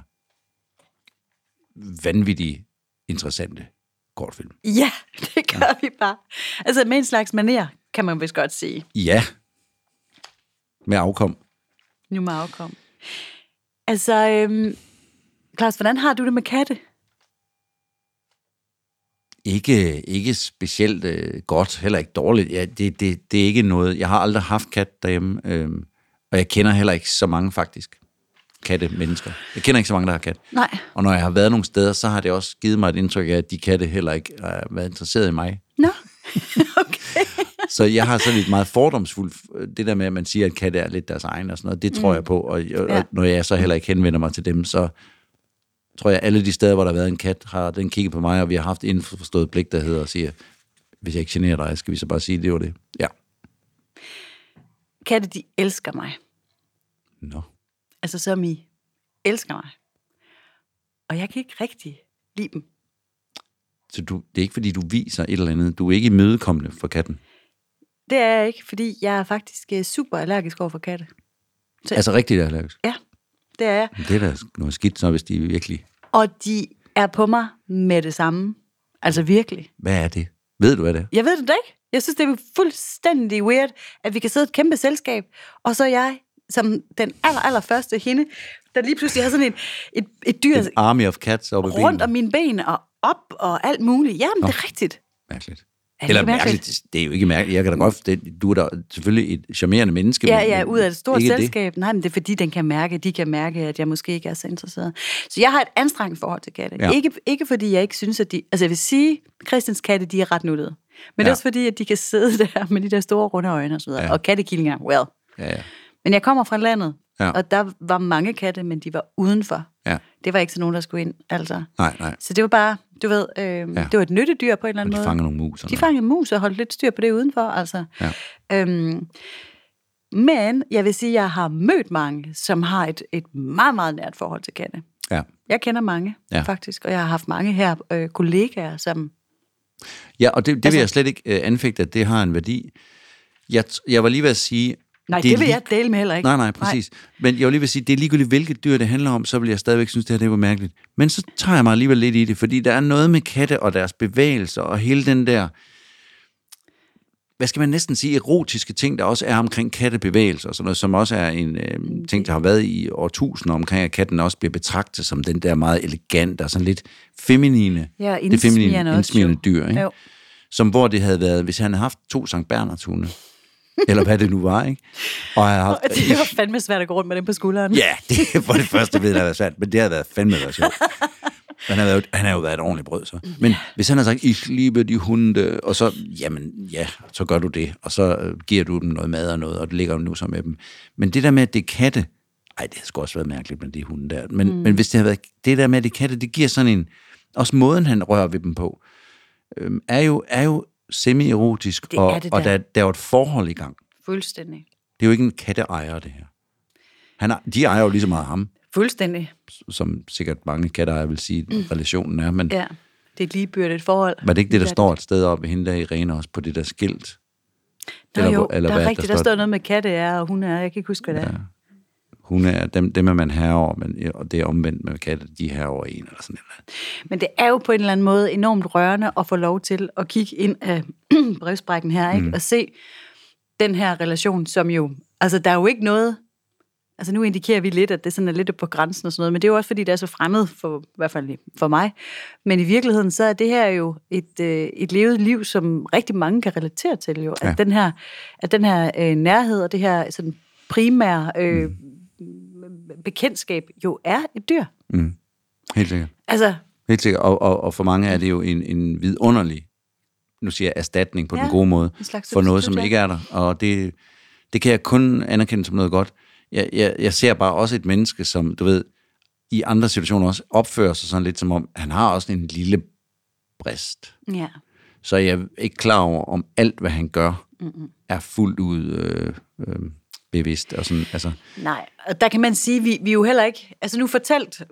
S1: vanvittigt interessante kortfilm.
S2: Ja, det gør vi bare. Altså med en slags manér, kan man vist godt sige.
S1: Ja. Med afkom.
S2: Nu med afkom. Altså, Claus, hvordan har du det med katte?
S1: Ikke specielt godt, heller ikke dårligt. Ja, det er ikke noget. Jeg har aldrig haft kat derhjemme, og jeg kender heller ikke så mange faktisk mennesker. Jeg kender ikke så mange, der har kat.
S2: Nej.
S1: Og når jeg har været nogle steder, så har det også givet mig et indtryk af, at de katte heller ikke har været interesseret i mig.
S2: Nå, okay.
S1: Så jeg har sådan lidt meget fordomsfuldt, det der med, at man siger, at katte er lidt deres egen og sådan noget, det tror jeg på. Og når jeg så heller ikke henvender mig til dem, så tror jeg, alle de steder, hvor der har været en kat, har den kigget på mig, og vi har haft indforstået blik, der hedder og siger, hvis jeg ikke generer dig, skal vi så bare sige, det var det. Ja.
S2: Katte, de elsker mig.
S1: Nå.
S2: Altså, som I elsker mig. Og jeg kan ikke rigtig lide dem.
S1: Så det er ikke, fordi du viser et eller andet. Du er ikke imødekommende for katten?
S2: Det er jeg ikke, fordi jeg er faktisk super allergisk over for katte.
S1: Så, altså rigtig allergisk?
S2: Ja, det er jeg.
S1: Det er da noget skidt, så hvis de virkelig...
S2: Og de er på mig med det samme. Altså virkelig.
S1: Hvad er det? Ved du, hvad det er?
S2: Jeg ved det da ikke. Jeg synes, det er fuldstændig weird, at vi kan sidde i et kæmpe selskab, og så jeg, som den allerførste hende, der lige pludselig har sådan et dyr...
S1: En army of cats oppe i benene.
S2: Rundt om mine ben og op og alt muligt. Jamen, det er rigtigt.
S1: Mærkeligt. Eller mærkeligt, det er jo ikke mærkeligt. Jeg kan da godt, du er da selvfølgelig et charmerende menneske.
S2: Ja, ud af et stort selskab. Nej, men det er fordi, de kan mærke, at jeg måske ikke er så interesseret. Så jeg har et anstrengt forhold til katte. Ja. Ikke fordi jeg ikke synes, at de... Altså jeg vil sige, Christians katte, de er ret nuttede. Men det er også fordi, at de kan sidde der med de der store runde øjne og så videre. Ja. Og kattekillinger, well.
S1: Ja.
S2: Men jeg kommer fra landet, og der var mange katte, men de var udenfor. Ja. Det var ikke så nogen, der skulle ind, altså.
S1: Nej.
S2: Så det var bare, du ved, det var et nyttedyr på en eller anden måde.
S1: Og de fangede nogle mus.
S2: De fangede mus og holdt lidt styr på det udenfor, altså. Ja. Men jeg vil sige, at jeg har mødt mange, som har et meget, meget nært forhold til katte. Ja. Jeg kender mange, faktisk, og jeg har haft mange her kollegaer, som...
S1: Ja, og det vil jeg slet ikke anfægte, at det har en værdi. Jeg var lige ved at sige...
S2: Nej, det vil jeg dele med heller ikke.
S1: Nej, præcis. Men jeg vil lige vil sige, det er ligegyldigt, hvilket dyr det handler om, så vil jeg stadigvæk synes, det var mærkeligt. Men så tager jeg mig alligevel lidt i det, fordi der er noget med katte og deres bevægelser, og hele den der, hvad skal man næsten sige, erotiske ting, der også er omkring kattebevægelser, og sådan noget, som også er en ting, der har været i årtusinder omkring, at katten også bliver betragtet som den der meget elegant og sådan lidt feminine, det feminine, indsmirrende dyr, ikke? Som hvor det havde været, hvis han havde haft 2 Sankt Bernhards hunde, eller hvad det nu var, ikke? Og jeg har haft...
S2: Det var fandme svært at gå rundt med dem på skulderen.
S1: Ja, det var det første ved, det har været svært, men det har været fandme været sjovt. Han har jo været et ordentligt brød, så. Men hvis han har sagt, I liebe de hunde, og så, jamen ja, så gør du det, og så giver du dem noget mad og noget, og det ligger nu så med dem. Men det der med, at det er katte, det har sgu også været mærkeligt med de hunde der, men hvis det har været, det der med, at det er katte, det giver sådan en, også måden han rører ved dem på, er jo semi-erotisk, og der er jo et forhold i gang.
S2: Fuldstændig.
S1: Det er jo ikke en katteejer, det her. De ejer jo lige så meget ham.
S2: Fuldstændig.
S1: Som sikkert mange katteejere vil sige, relationen er. Men
S2: ja, det er et ligebyrdigt forhold.
S1: Var det ikke det, der står et sted oppe ved hende der Irene også, på det der skilt?
S2: Eller der er rigtigt, der står noget med katte er, og hun er, jeg kan ikke huske, hvad det er.
S1: Hun er, dem er man herover, og det er omvendt med katte, de er herover en, eller sådan noget.
S2: Men det er jo på en eller anden måde enormt rørende at få lov til at kigge ind af brevsprækken her, ikke? Og se den her relation, som jo... Altså, der er jo ikke noget... Altså, nu indikerer vi lidt, at det sådan er lidt på grænsen og sådan noget, men det er jo også, fordi det er så fremmed, i hvert fald for mig. Men i virkeligheden, så er det her jo et levet liv, som rigtig mange kan relatere til jo. At den her nærhed og det her sådan primære bekendtskab jo er et dyr.
S1: Mm. Helt sikkert.
S2: Altså...
S1: Helt sikkert. Og for mange er det jo en vidunderlig, nu siger jeg, erstatning på den gode måde, for noget, som ikke er der. Og det kan jeg kun anerkende som noget godt. Jeg ser bare også et menneske, som, du ved, i andre situationer også opfører sig sådan lidt som om, han har også en lille brist.
S2: Ja.
S1: Så jeg er ikke klar over, om alt, hvad han gør, er fuldt ud bevidst. Og sådan, altså.
S2: Nej, og der kan man sige, vi er jo heller ikke... Altså nu fortalt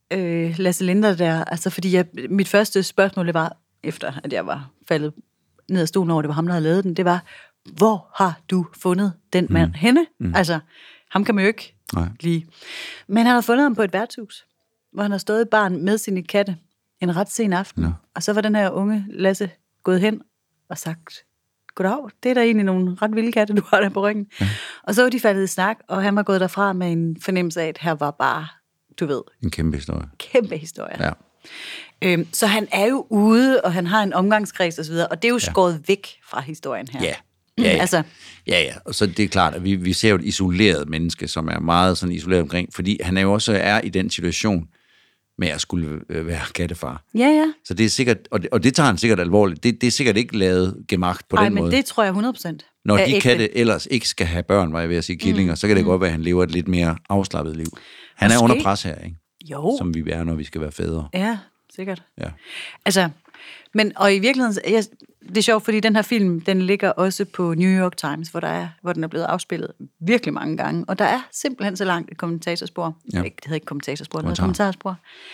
S2: Lasse Linder der, altså fordi mit første spørgsmål, det var, efter at jeg var faldet ned ad stolen over, det var ham, der havde lavet den, det var, hvor har du fundet den mand henne? Altså, ham kan man jo ikke lide. Men han har fundet ham på et værtshus, hvor han har stået i baren med sine katte en ret sen aften. Ja. Og så var den her unge Lasse gået hen og sagt, goddag, det er da egentlig nogle ret vilde katte, du har der på ryggen. Ja. Og så var de faldet i snak, og han var gået derfra med en fornemmelse af, at her var bare, du ved...
S1: En kæmpe historie.
S2: Kæmpe historie. Ja. Så han er jo ude, og han har en omgangskreds og så videre, og det er jo skåret væk fra historien her.
S1: Ja. Altså. Ja. Og så det er klart, at vi ser jo et isoleret menneske, som er meget sådan isoleret omkring, fordi han er jo også i den situation med at skulle være kattefar.
S2: Ja.
S1: Så det er sikkert, og det tager han sikkert alvorligt. Det er sikkert ikke lavet gemagt på den måde.
S2: Nej, men det tror jeg 100%.
S1: Når de katte ellers ikke skal have børn, var jeg ved at sige killinger, så kan det godt være, at han lever et lidt mere afslappet liv. Han
S2: Måske.
S1: er under pres her, ikke?
S2: Jo.
S1: Som vi er, når vi skal være fædre.
S2: Ja, sikkert.
S1: Ja.
S2: Altså, og i virkeligheden, det er sjovt, fordi den her film, den ligger også på New York Times, hvor den er blevet afspillet virkelig mange gange, og der er simpelthen så langt et kommentatorspor. Ja. Det hedder ikke kommentatorspor, det hedder kommentarspor.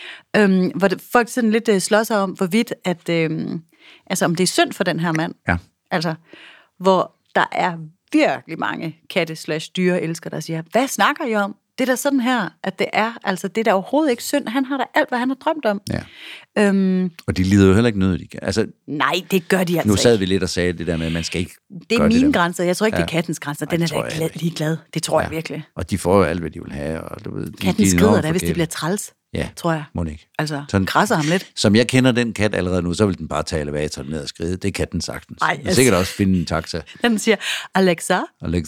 S2: Hvor folk sådan lidt slår sig om, hvorvidt, at, altså om det er synd for den her mand.
S1: Ja.
S2: Altså, hvor der er virkelig mange katte/dyreelskere, der siger, hvad snakker I om? Det er da sådan her, at det er, altså det er da overhovedet ikke synd. Han har da alt, hvad han har drømt om. Ja.
S1: Og de lider jo heller ikke nød. Altså,
S2: nej, det gør de altså
S1: nu sad vi lidt og sagde det der med, at man skal ikke
S2: det er mine grænser. Jeg tror ikke, det er kattens grænser. Den er da ligeglad. Det tror jeg virkelig.
S1: Og de får jo alt, hvad de vil have. Og du ved,
S2: katten skrider da, hvis det bliver træls.
S1: Ja,
S2: tror jeg.
S1: Må ikke.
S2: Altså, sådan, krasser ham lidt.
S1: Som jeg kender den kat allerede nu, så vil den bare tage elevatoren ned og skride. Det kan den sagtens.
S2: Ej,
S1: den sikkert også finde en taxa.
S2: Den siger, Alexa.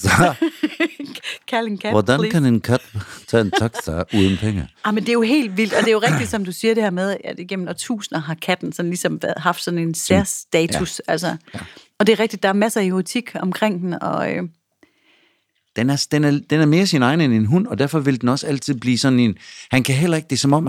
S2: Kald en kat,
S1: hvordan
S2: please.
S1: Kan en kat tage en taxa uden penge?
S2: Men det er jo helt vildt, og det er jo rigtigt, som du siger det her med, at igennem årtusinder har katten sådan ligesom haft sådan en særstatus. Ja. Altså. Ja. Og det er rigtigt, der er masser af erotik omkring den, og...
S1: Den er mere sin egen end en hund, og derfor vil den også altid blive sådan en... Han kan heller ikke, det er som om,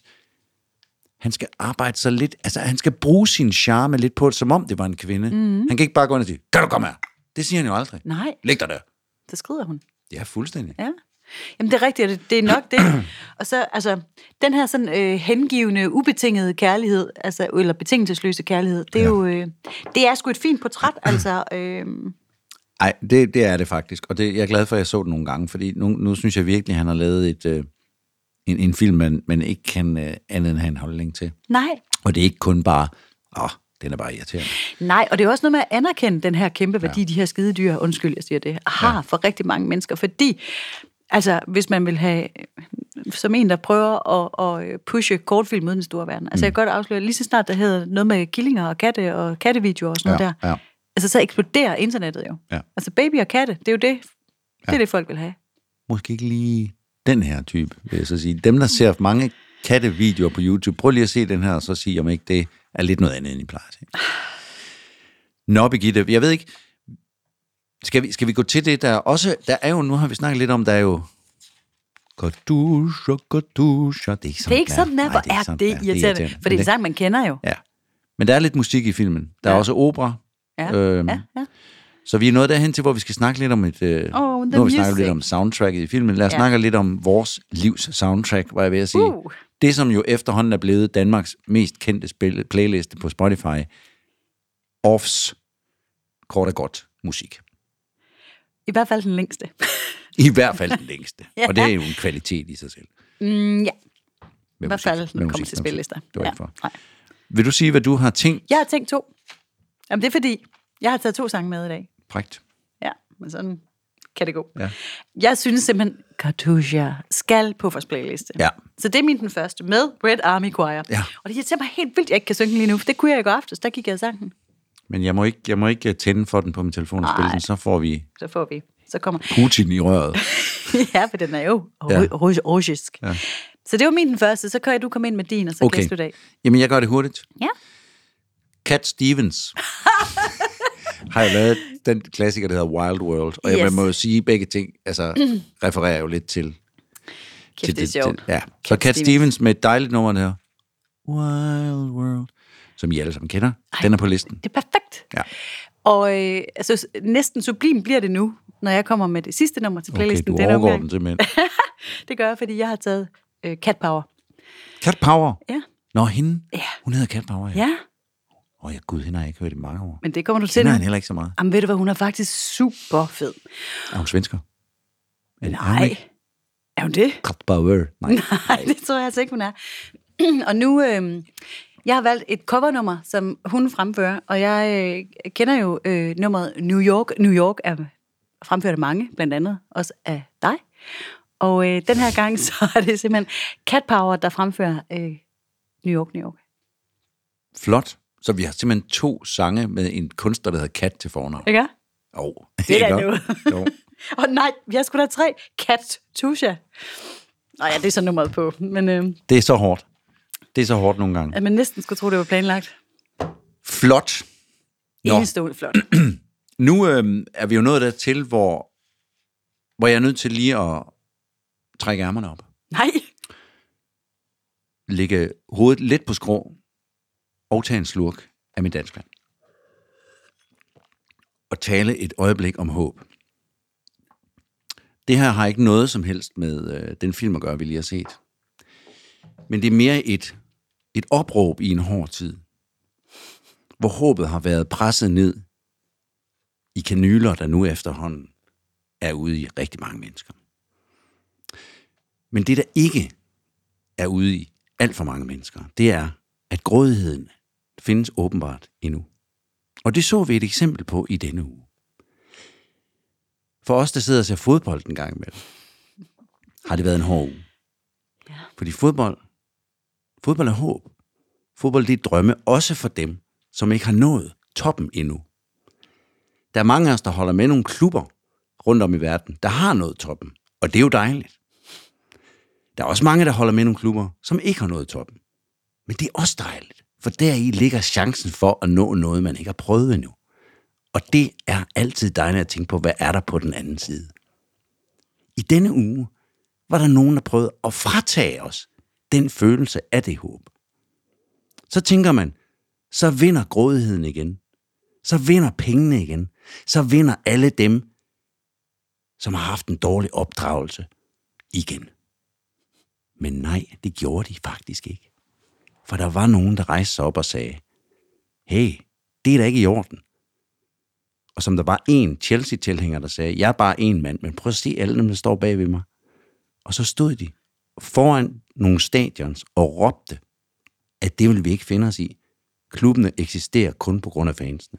S1: han skal arbejde så lidt... Altså, han skal bruge sin charme lidt på det, som om det var en kvinde. Mm-hmm. Han kan ikke bare gå ind og sige, kan du komme her? Det siger han jo aldrig.
S2: Nej.
S1: Læg dig der.
S2: Så skrider hun.
S1: Det er fuldstændig.
S2: Ja. Jamen, det er rigtigt, det er nok det. Og så, altså, den her sådan hengivende, ubetingede kærlighed, altså, eller betingelsesløse kærlighed, det er jo... det er sgu et fint portræt, altså...
S1: Nej, det er det faktisk, og jeg er glad for, at jeg så det nogle gange, fordi nu synes jeg virkelig, at han har lavet en film, man ikke kan andet end have en holdning til.
S2: Nej.
S1: Og det er ikke kun bare, den er bare irriterende.
S2: Nej, og det er også noget med at anerkende den her kæmpe værdi, de her skidedyr, undskyld, jeg siger det, har for rigtig mange mennesker, fordi, altså, hvis man vil have, som en, der prøver at pushe kortfilm uden den store verden, altså jeg kan godt afsløre, lige så snart der hedder noget med killinger og katte og kattevideoer og sådan noget der, altså, så eksploderer internettet jo. Ja. Altså, baby og katte, det er jo det. Det er det, folk vil have.
S1: Måske ikke lige den her type, vil jeg så sige. Dem, der ser mange kattevideoer på YouTube, prøv lige at se den her, og så sige, om ikke det er lidt noget andet, end I plejer til. Nå, Birgitte, jeg ved ikke, skal vi gå til det, der også, der er jo, nu har vi snakket lidt om, der er jo Katusha. Det er ikke sådan,
S2: hvor er det irriterende? For det er sang, man kender jo.
S1: Ja, men der er lidt musik i filmen. Der er også opera. Ja. Så vi er nået derhen til, hvor vi skal snakke lidt om nu har vi snakket lidt om soundtracket i filmen. Lad os snakke lidt om vores livs soundtrack, var jeg ved at sige. Det, som jo efterhånden er blevet Danmarks mest kendte playliste på Spotify. Offs kort og godt musik.
S2: I hvert fald den længste.
S1: I hvert fald den længste. Og det er jo en kvalitet i sig selv.
S2: Ja. I hvert fald, når det kommer til spillister.
S1: Det var ikke for. Nej. Vil du sige, hvad du har tænkt?
S2: Jeg har tænkt 2. Jamen, det er fordi, jeg har taget 2 sange med i dag.
S1: Prægt.
S2: Ja. men sådan kan det gå.
S1: Ja.
S2: Jeg synes simpelthen, Katusha skal på vores playliste.
S1: Ja.
S2: Så det er den første med Red Army Choir.
S1: Ja.
S2: Og det irriterer mig helt vildt, jeg ikke kan synge den lige nu, for det kunne jeg i går aftes, der gik jeg og sang den.
S1: Men jeg må ikke tænde for den på min telefon og spille den, så får vi
S2: Så kommer
S1: Putin i røret.
S2: ja, for den er jo russisk. Ja. Så det var den første, så kan du komme ind med din, og så kan jeg slutte af.
S1: Jamen, jeg gør det hurtigt.
S2: Ja.
S1: Cat Stevens har jo lavet den klassiker, der hedder Wild World, og jeg må jo sige begge ting, altså refererer jo lidt til...
S2: Kæft, det er sjovt.
S1: Ja. Så Cat Stevens med et dejligt nummer der. Wild World, som I alle sammen kender. Den er på listen.
S2: Det er perfekt.
S1: Ja.
S2: Og altså, næsten sublim bliver det nu, når jeg kommer med det sidste nummer til playlisten.
S1: Okay, du overgår den simpelthen.
S2: Det gør jeg, fordi jeg har taget Cat Power.
S1: Cat Power?
S2: Ja.
S1: Nå, hende?
S2: Ja.
S1: Hun hedder Cat Power, ja.
S2: Ja.
S1: Gud, hende har jeg ikke hørt i mange år.
S2: Men det kommer du til nu.
S1: Hende heller ikke så meget.
S2: Jamen ved du hvad, hun er faktisk super fed.
S1: Er hun svensker?
S2: Nej. Er hun det?
S1: Cat Power?
S2: Nej, det tror jeg altså ikke, hun er. Og nu, jeg har valgt et covernummer, som hun fremfører, og jeg kender jo nummeret New York. New York er fremført af mange, blandt andet også af dig. Og den her gang, så er det simpelthen Cat Power, der fremfører New York, New York.
S1: Flot. Så vi har simpelthen 2 sange med en kunstner, der hedder Cat til fornavn.
S2: Ikke? Det er
S1: nu. Jo.
S2: Og nej, vi har sgu da 3. Cat Tusha. Nå ja, det er så nummeret på. Men,
S1: det er så hårdt. Det er så hårdt nogle gange.
S2: At man næsten skulle tro, det var planlagt.
S1: Flot.
S2: Enestående flot.
S1: Nu er vi jo nået dertil, hvor jeg er nødt til lige at trække ærmerne op.
S2: Nej.
S1: Lægge hovedet lidt på skrå og tage en slurk af mit danskvand. Og tale et øjeblik om håb. Det her har ikke noget som helst med den film at gøre, vi lige har set. Men det er mere et opråb i en hård tid, hvor håbet har været presset ned i kanyler, der nu efterhånden er ude i rigtig mange mennesker. Men det, der ikke er ude i alt for mange mennesker, det er, at grådigheden findes åbenbart endnu. Og det så vi et eksempel på i denne uge. For os, der sidder og ser fodbold en gang imellem, har det været en hård uge. Ja. Fordi fodbold er håb. Fodbold det er drømme, også for dem, som ikke har nået toppen endnu. Der er mange af os, der holder med nogle klubber rundt om i verden, der har nået toppen. Og det er jo dejligt. Der er også mange, der holder med nogle klubber, som ikke har nået toppen. Men det er også dejligt, for deri ligger chancen for at nå noget, man ikke har prøvet endnu. Og det er altid dejligt at tænke på, hvad er der på den anden side. I denne uge var der nogen, der prøvede at fratage os den følelse af det håb. Så tænker man, så vinder grådigheden igen. Så vinder pengene igen. Så vinder alle dem, som har haft en dårlig opdragelse igen. Men nej, det gjorde de faktisk ikke. For der var nogen, der rejste sig op og sagde, hey, det er da ikke i orden. Og som der var en Chelsea-tilhænger, der sagde, jeg er bare en mand, men prøv at se alle dem, der står bag ved mig. Og så stod de foran nogle stadions og råbte, at det vil vi ikke finde os i. Klubbene eksisterer kun på grund af fansene.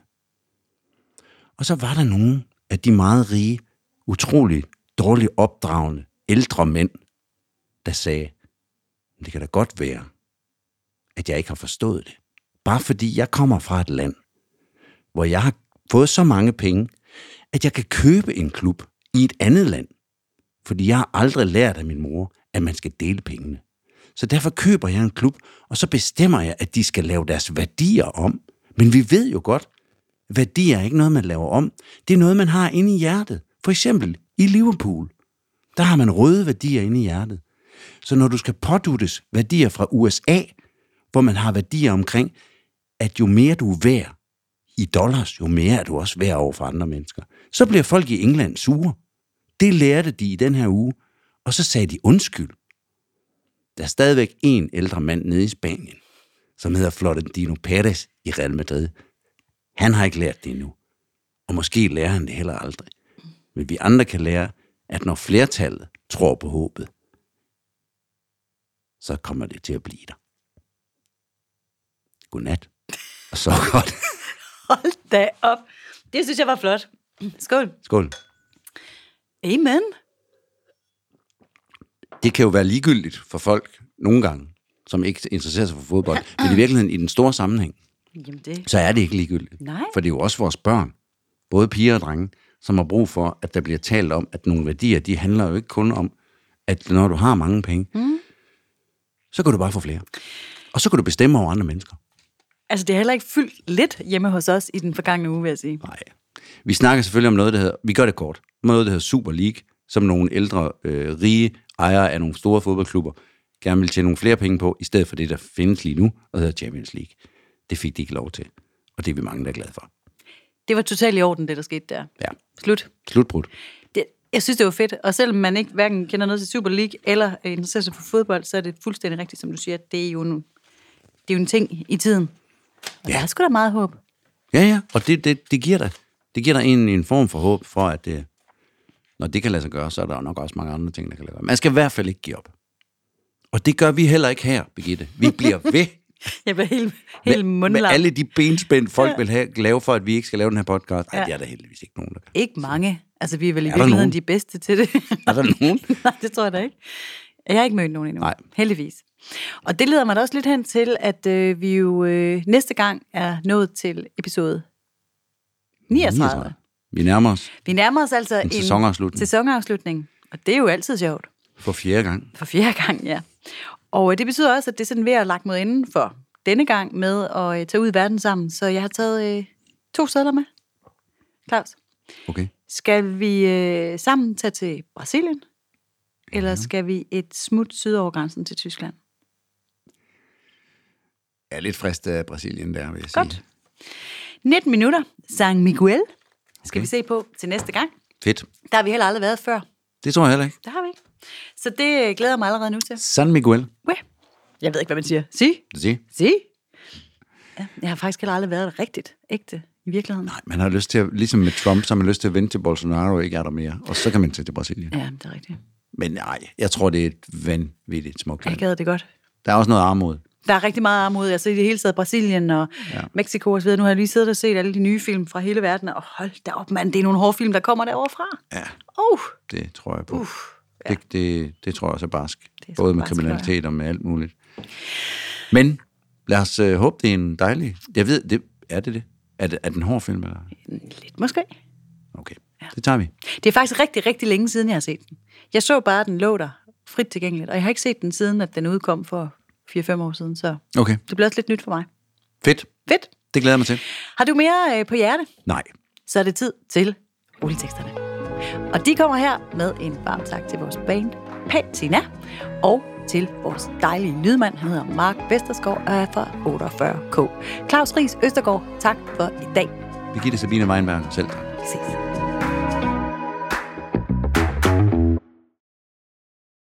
S1: Og så var der nogle af de meget rige, utrolig dårligt opdragende, ældre mænd, der sagde, det kan da godt være, at jeg ikke har forstået det. Bare fordi jeg kommer fra et land, hvor jeg har fået så mange penge, at jeg kan købe en klub i et andet land. Fordi jeg har aldrig lært af min mor, at man skal dele pengene. Så derfor køber jeg en klub, og så bestemmer jeg, at de skal lave deres værdier om. Men vi ved jo godt, værdier er ikke noget, man laver om. Det er noget, man har inde i hjertet. For eksempel i Liverpool, der har man røde værdier inde i hjertet. Så når du skal påduttes værdier fra USA, hvor man har værdier omkring, at jo mere du er værd i dollars, jo mere er du også værd over for andre mennesker, så bliver folk i England sure. Det lærte de i den her uge, og så sagde de undskyld. Der er stadigvæk en ældre mand nede i Spanien, som hedder Florentino Pérez i Real Madrid. Han har ikke lært det endnu, og måske lærer han det heller aldrig. Men vi andre kan lære, at når flertallet tror på håbet, så kommer det til at blive der. Godnat, og så godt.
S2: Hold da op. Det synes jeg var flot. Skål.
S1: Skål.
S2: Amen.
S1: Det kan jo være ligegyldigt for folk nogle gange, som ikke interesserer sig for fodbold. Men i virkeligheden, i den store sammenhæng, så er det ikke ligegyldigt.
S2: Nej.
S1: For det er jo også vores børn, både piger og drenge, som har brug for, at der bliver talt om, at nogle værdier, de handler jo ikke kun om, at når du har mange penge, så kan du bare få flere. Og så kan du bestemme over andre mennesker.
S2: Altså, det har heller ikke fyldt lidt hjemme hos os i den forgangne uge, vil jeg sige.
S1: Nej. Vi snakker selvfølgelig om noget, der hedder, vi gør det kort, noget, der hedder Super League, som nogle ældre, rige ejere af nogle store fodboldklubber gerne vil tjene nogle flere penge på, i stedet for det, der findes lige nu, og hedder Champions League. Det fik de ikke lov til, og det er vi mange, der er glade for.
S2: Det var totalt i orden, det der skete der.
S1: Ja.
S2: Slutbrud. Jeg synes, det var fedt, og selvom man ikke hverken kender noget til Super League, eller interesserer sig for fodbold, så er det fuldstændig rigtigt, som du siger, det er jo en ting i tiden. Og der er sgu da meget håb.
S1: Ja, og det giver dig en form for håb for, at det, når det kan lade sig gøre, så er der nok også mange andre ting, der kan lade sig gøre. Man skal i hvert fald ikke give op. Og det gør vi heller ikke her, Birgitte. Vi bliver ved.
S2: Jeg bliver helt mundlam.
S1: Med alle de benspænd, folk vil lave for, at vi ikke skal lave den her podcast. Nej, det er der heldigvis ikke nogen, der kan.
S2: Ikke mange. Altså, vi er vel i virkeligheden de bedste til det.
S1: Er der nogen?
S2: Nej, det tror jeg da ikke. Jeg har ikke mødt nogen endnu.
S1: Nej.
S2: Heldigvis. Og det leder mig da også lidt hen til, at vi jo næste gang er nået til episode 39.
S1: Vi nærmer os
S2: altså
S1: en
S2: sæsonafslutning. Og det er jo altid sjovt.
S1: For fjerde gang,
S2: ja. Og det betyder også, at det er sådan ved at lagt mod inden for denne gang med at tage ud i verden sammen. Så jeg har taget 2 sædler med. Claus.
S1: Okay.
S2: Skal vi sammen tage til Brasilien? Eller skal vi et smut sydover grænsen til Tyskland?
S1: Jeg er lidt fristet af Brasilien der, vil jeg
S2: sige.
S1: Godt.
S2: 19 minutter. San Miguel skal vi se på til næste gang.
S1: Fedt.
S2: Der har vi heller aldrig været før.
S1: Det tror jeg heller ikke.
S2: Det har vi ikke. Så det glæder mig allerede nu til.
S1: San Miguel.
S2: Jeg ved ikke, hvad man siger. Sig. Ja, jeg har faktisk heller aldrig været rigtigt ægte i virkeligheden.
S1: Nej, man har lyst til at, ligesom med Trump, så har man lyst til at vente til Bolsonaro ikke er der mere. Og så kan man tage til Brasilien.
S2: Ja, det er rigtigt.
S1: Men nej, jeg tror, det er et vanvittigt smukt land.
S2: Jeg gad det godt.
S1: Der er også noget armod.
S2: Der er rigtig meget armod. Altså i det hele taget Brasilien og Mexico og så videre. Nu har jeg lige siddet og set alle de nye film fra hele verden. Og hold da op, mand. Det er nogle hårde film, der kommer derovre fra.
S1: Ja, det tror jeg på.
S2: Ja.
S1: Det tror jeg også er barsk. Både med kriminalitet og med alt muligt. Men lad os håbe, det er en dejlig... Jeg ved, er det? Er det en hård film? Eller?
S2: Lidt måske.
S1: Okay, det tager vi.
S2: Det er faktisk rigtig, rigtig længe siden, jeg har set den. Jeg så bare, at den lå der frit tilgængeligt. Og jeg har ikke set den siden, at den udkom for 4-5 år siden. Så det bliver også lidt nyt for mig.
S1: Fedt. Det glæder jeg mig til.
S2: Har du mere på hjerte?
S1: Nej.
S2: Så er det tid til rulleteksterne. Og de kommer her med en varm tak til vores band Patina og til vores dejlige lydmand. Han hedder Mark Vesterskov og er fra 48K. Claus Riis Østergaard, tak for i dag.
S1: Birgitte Sabine Weinberg, selv tak.
S2: Vi ses.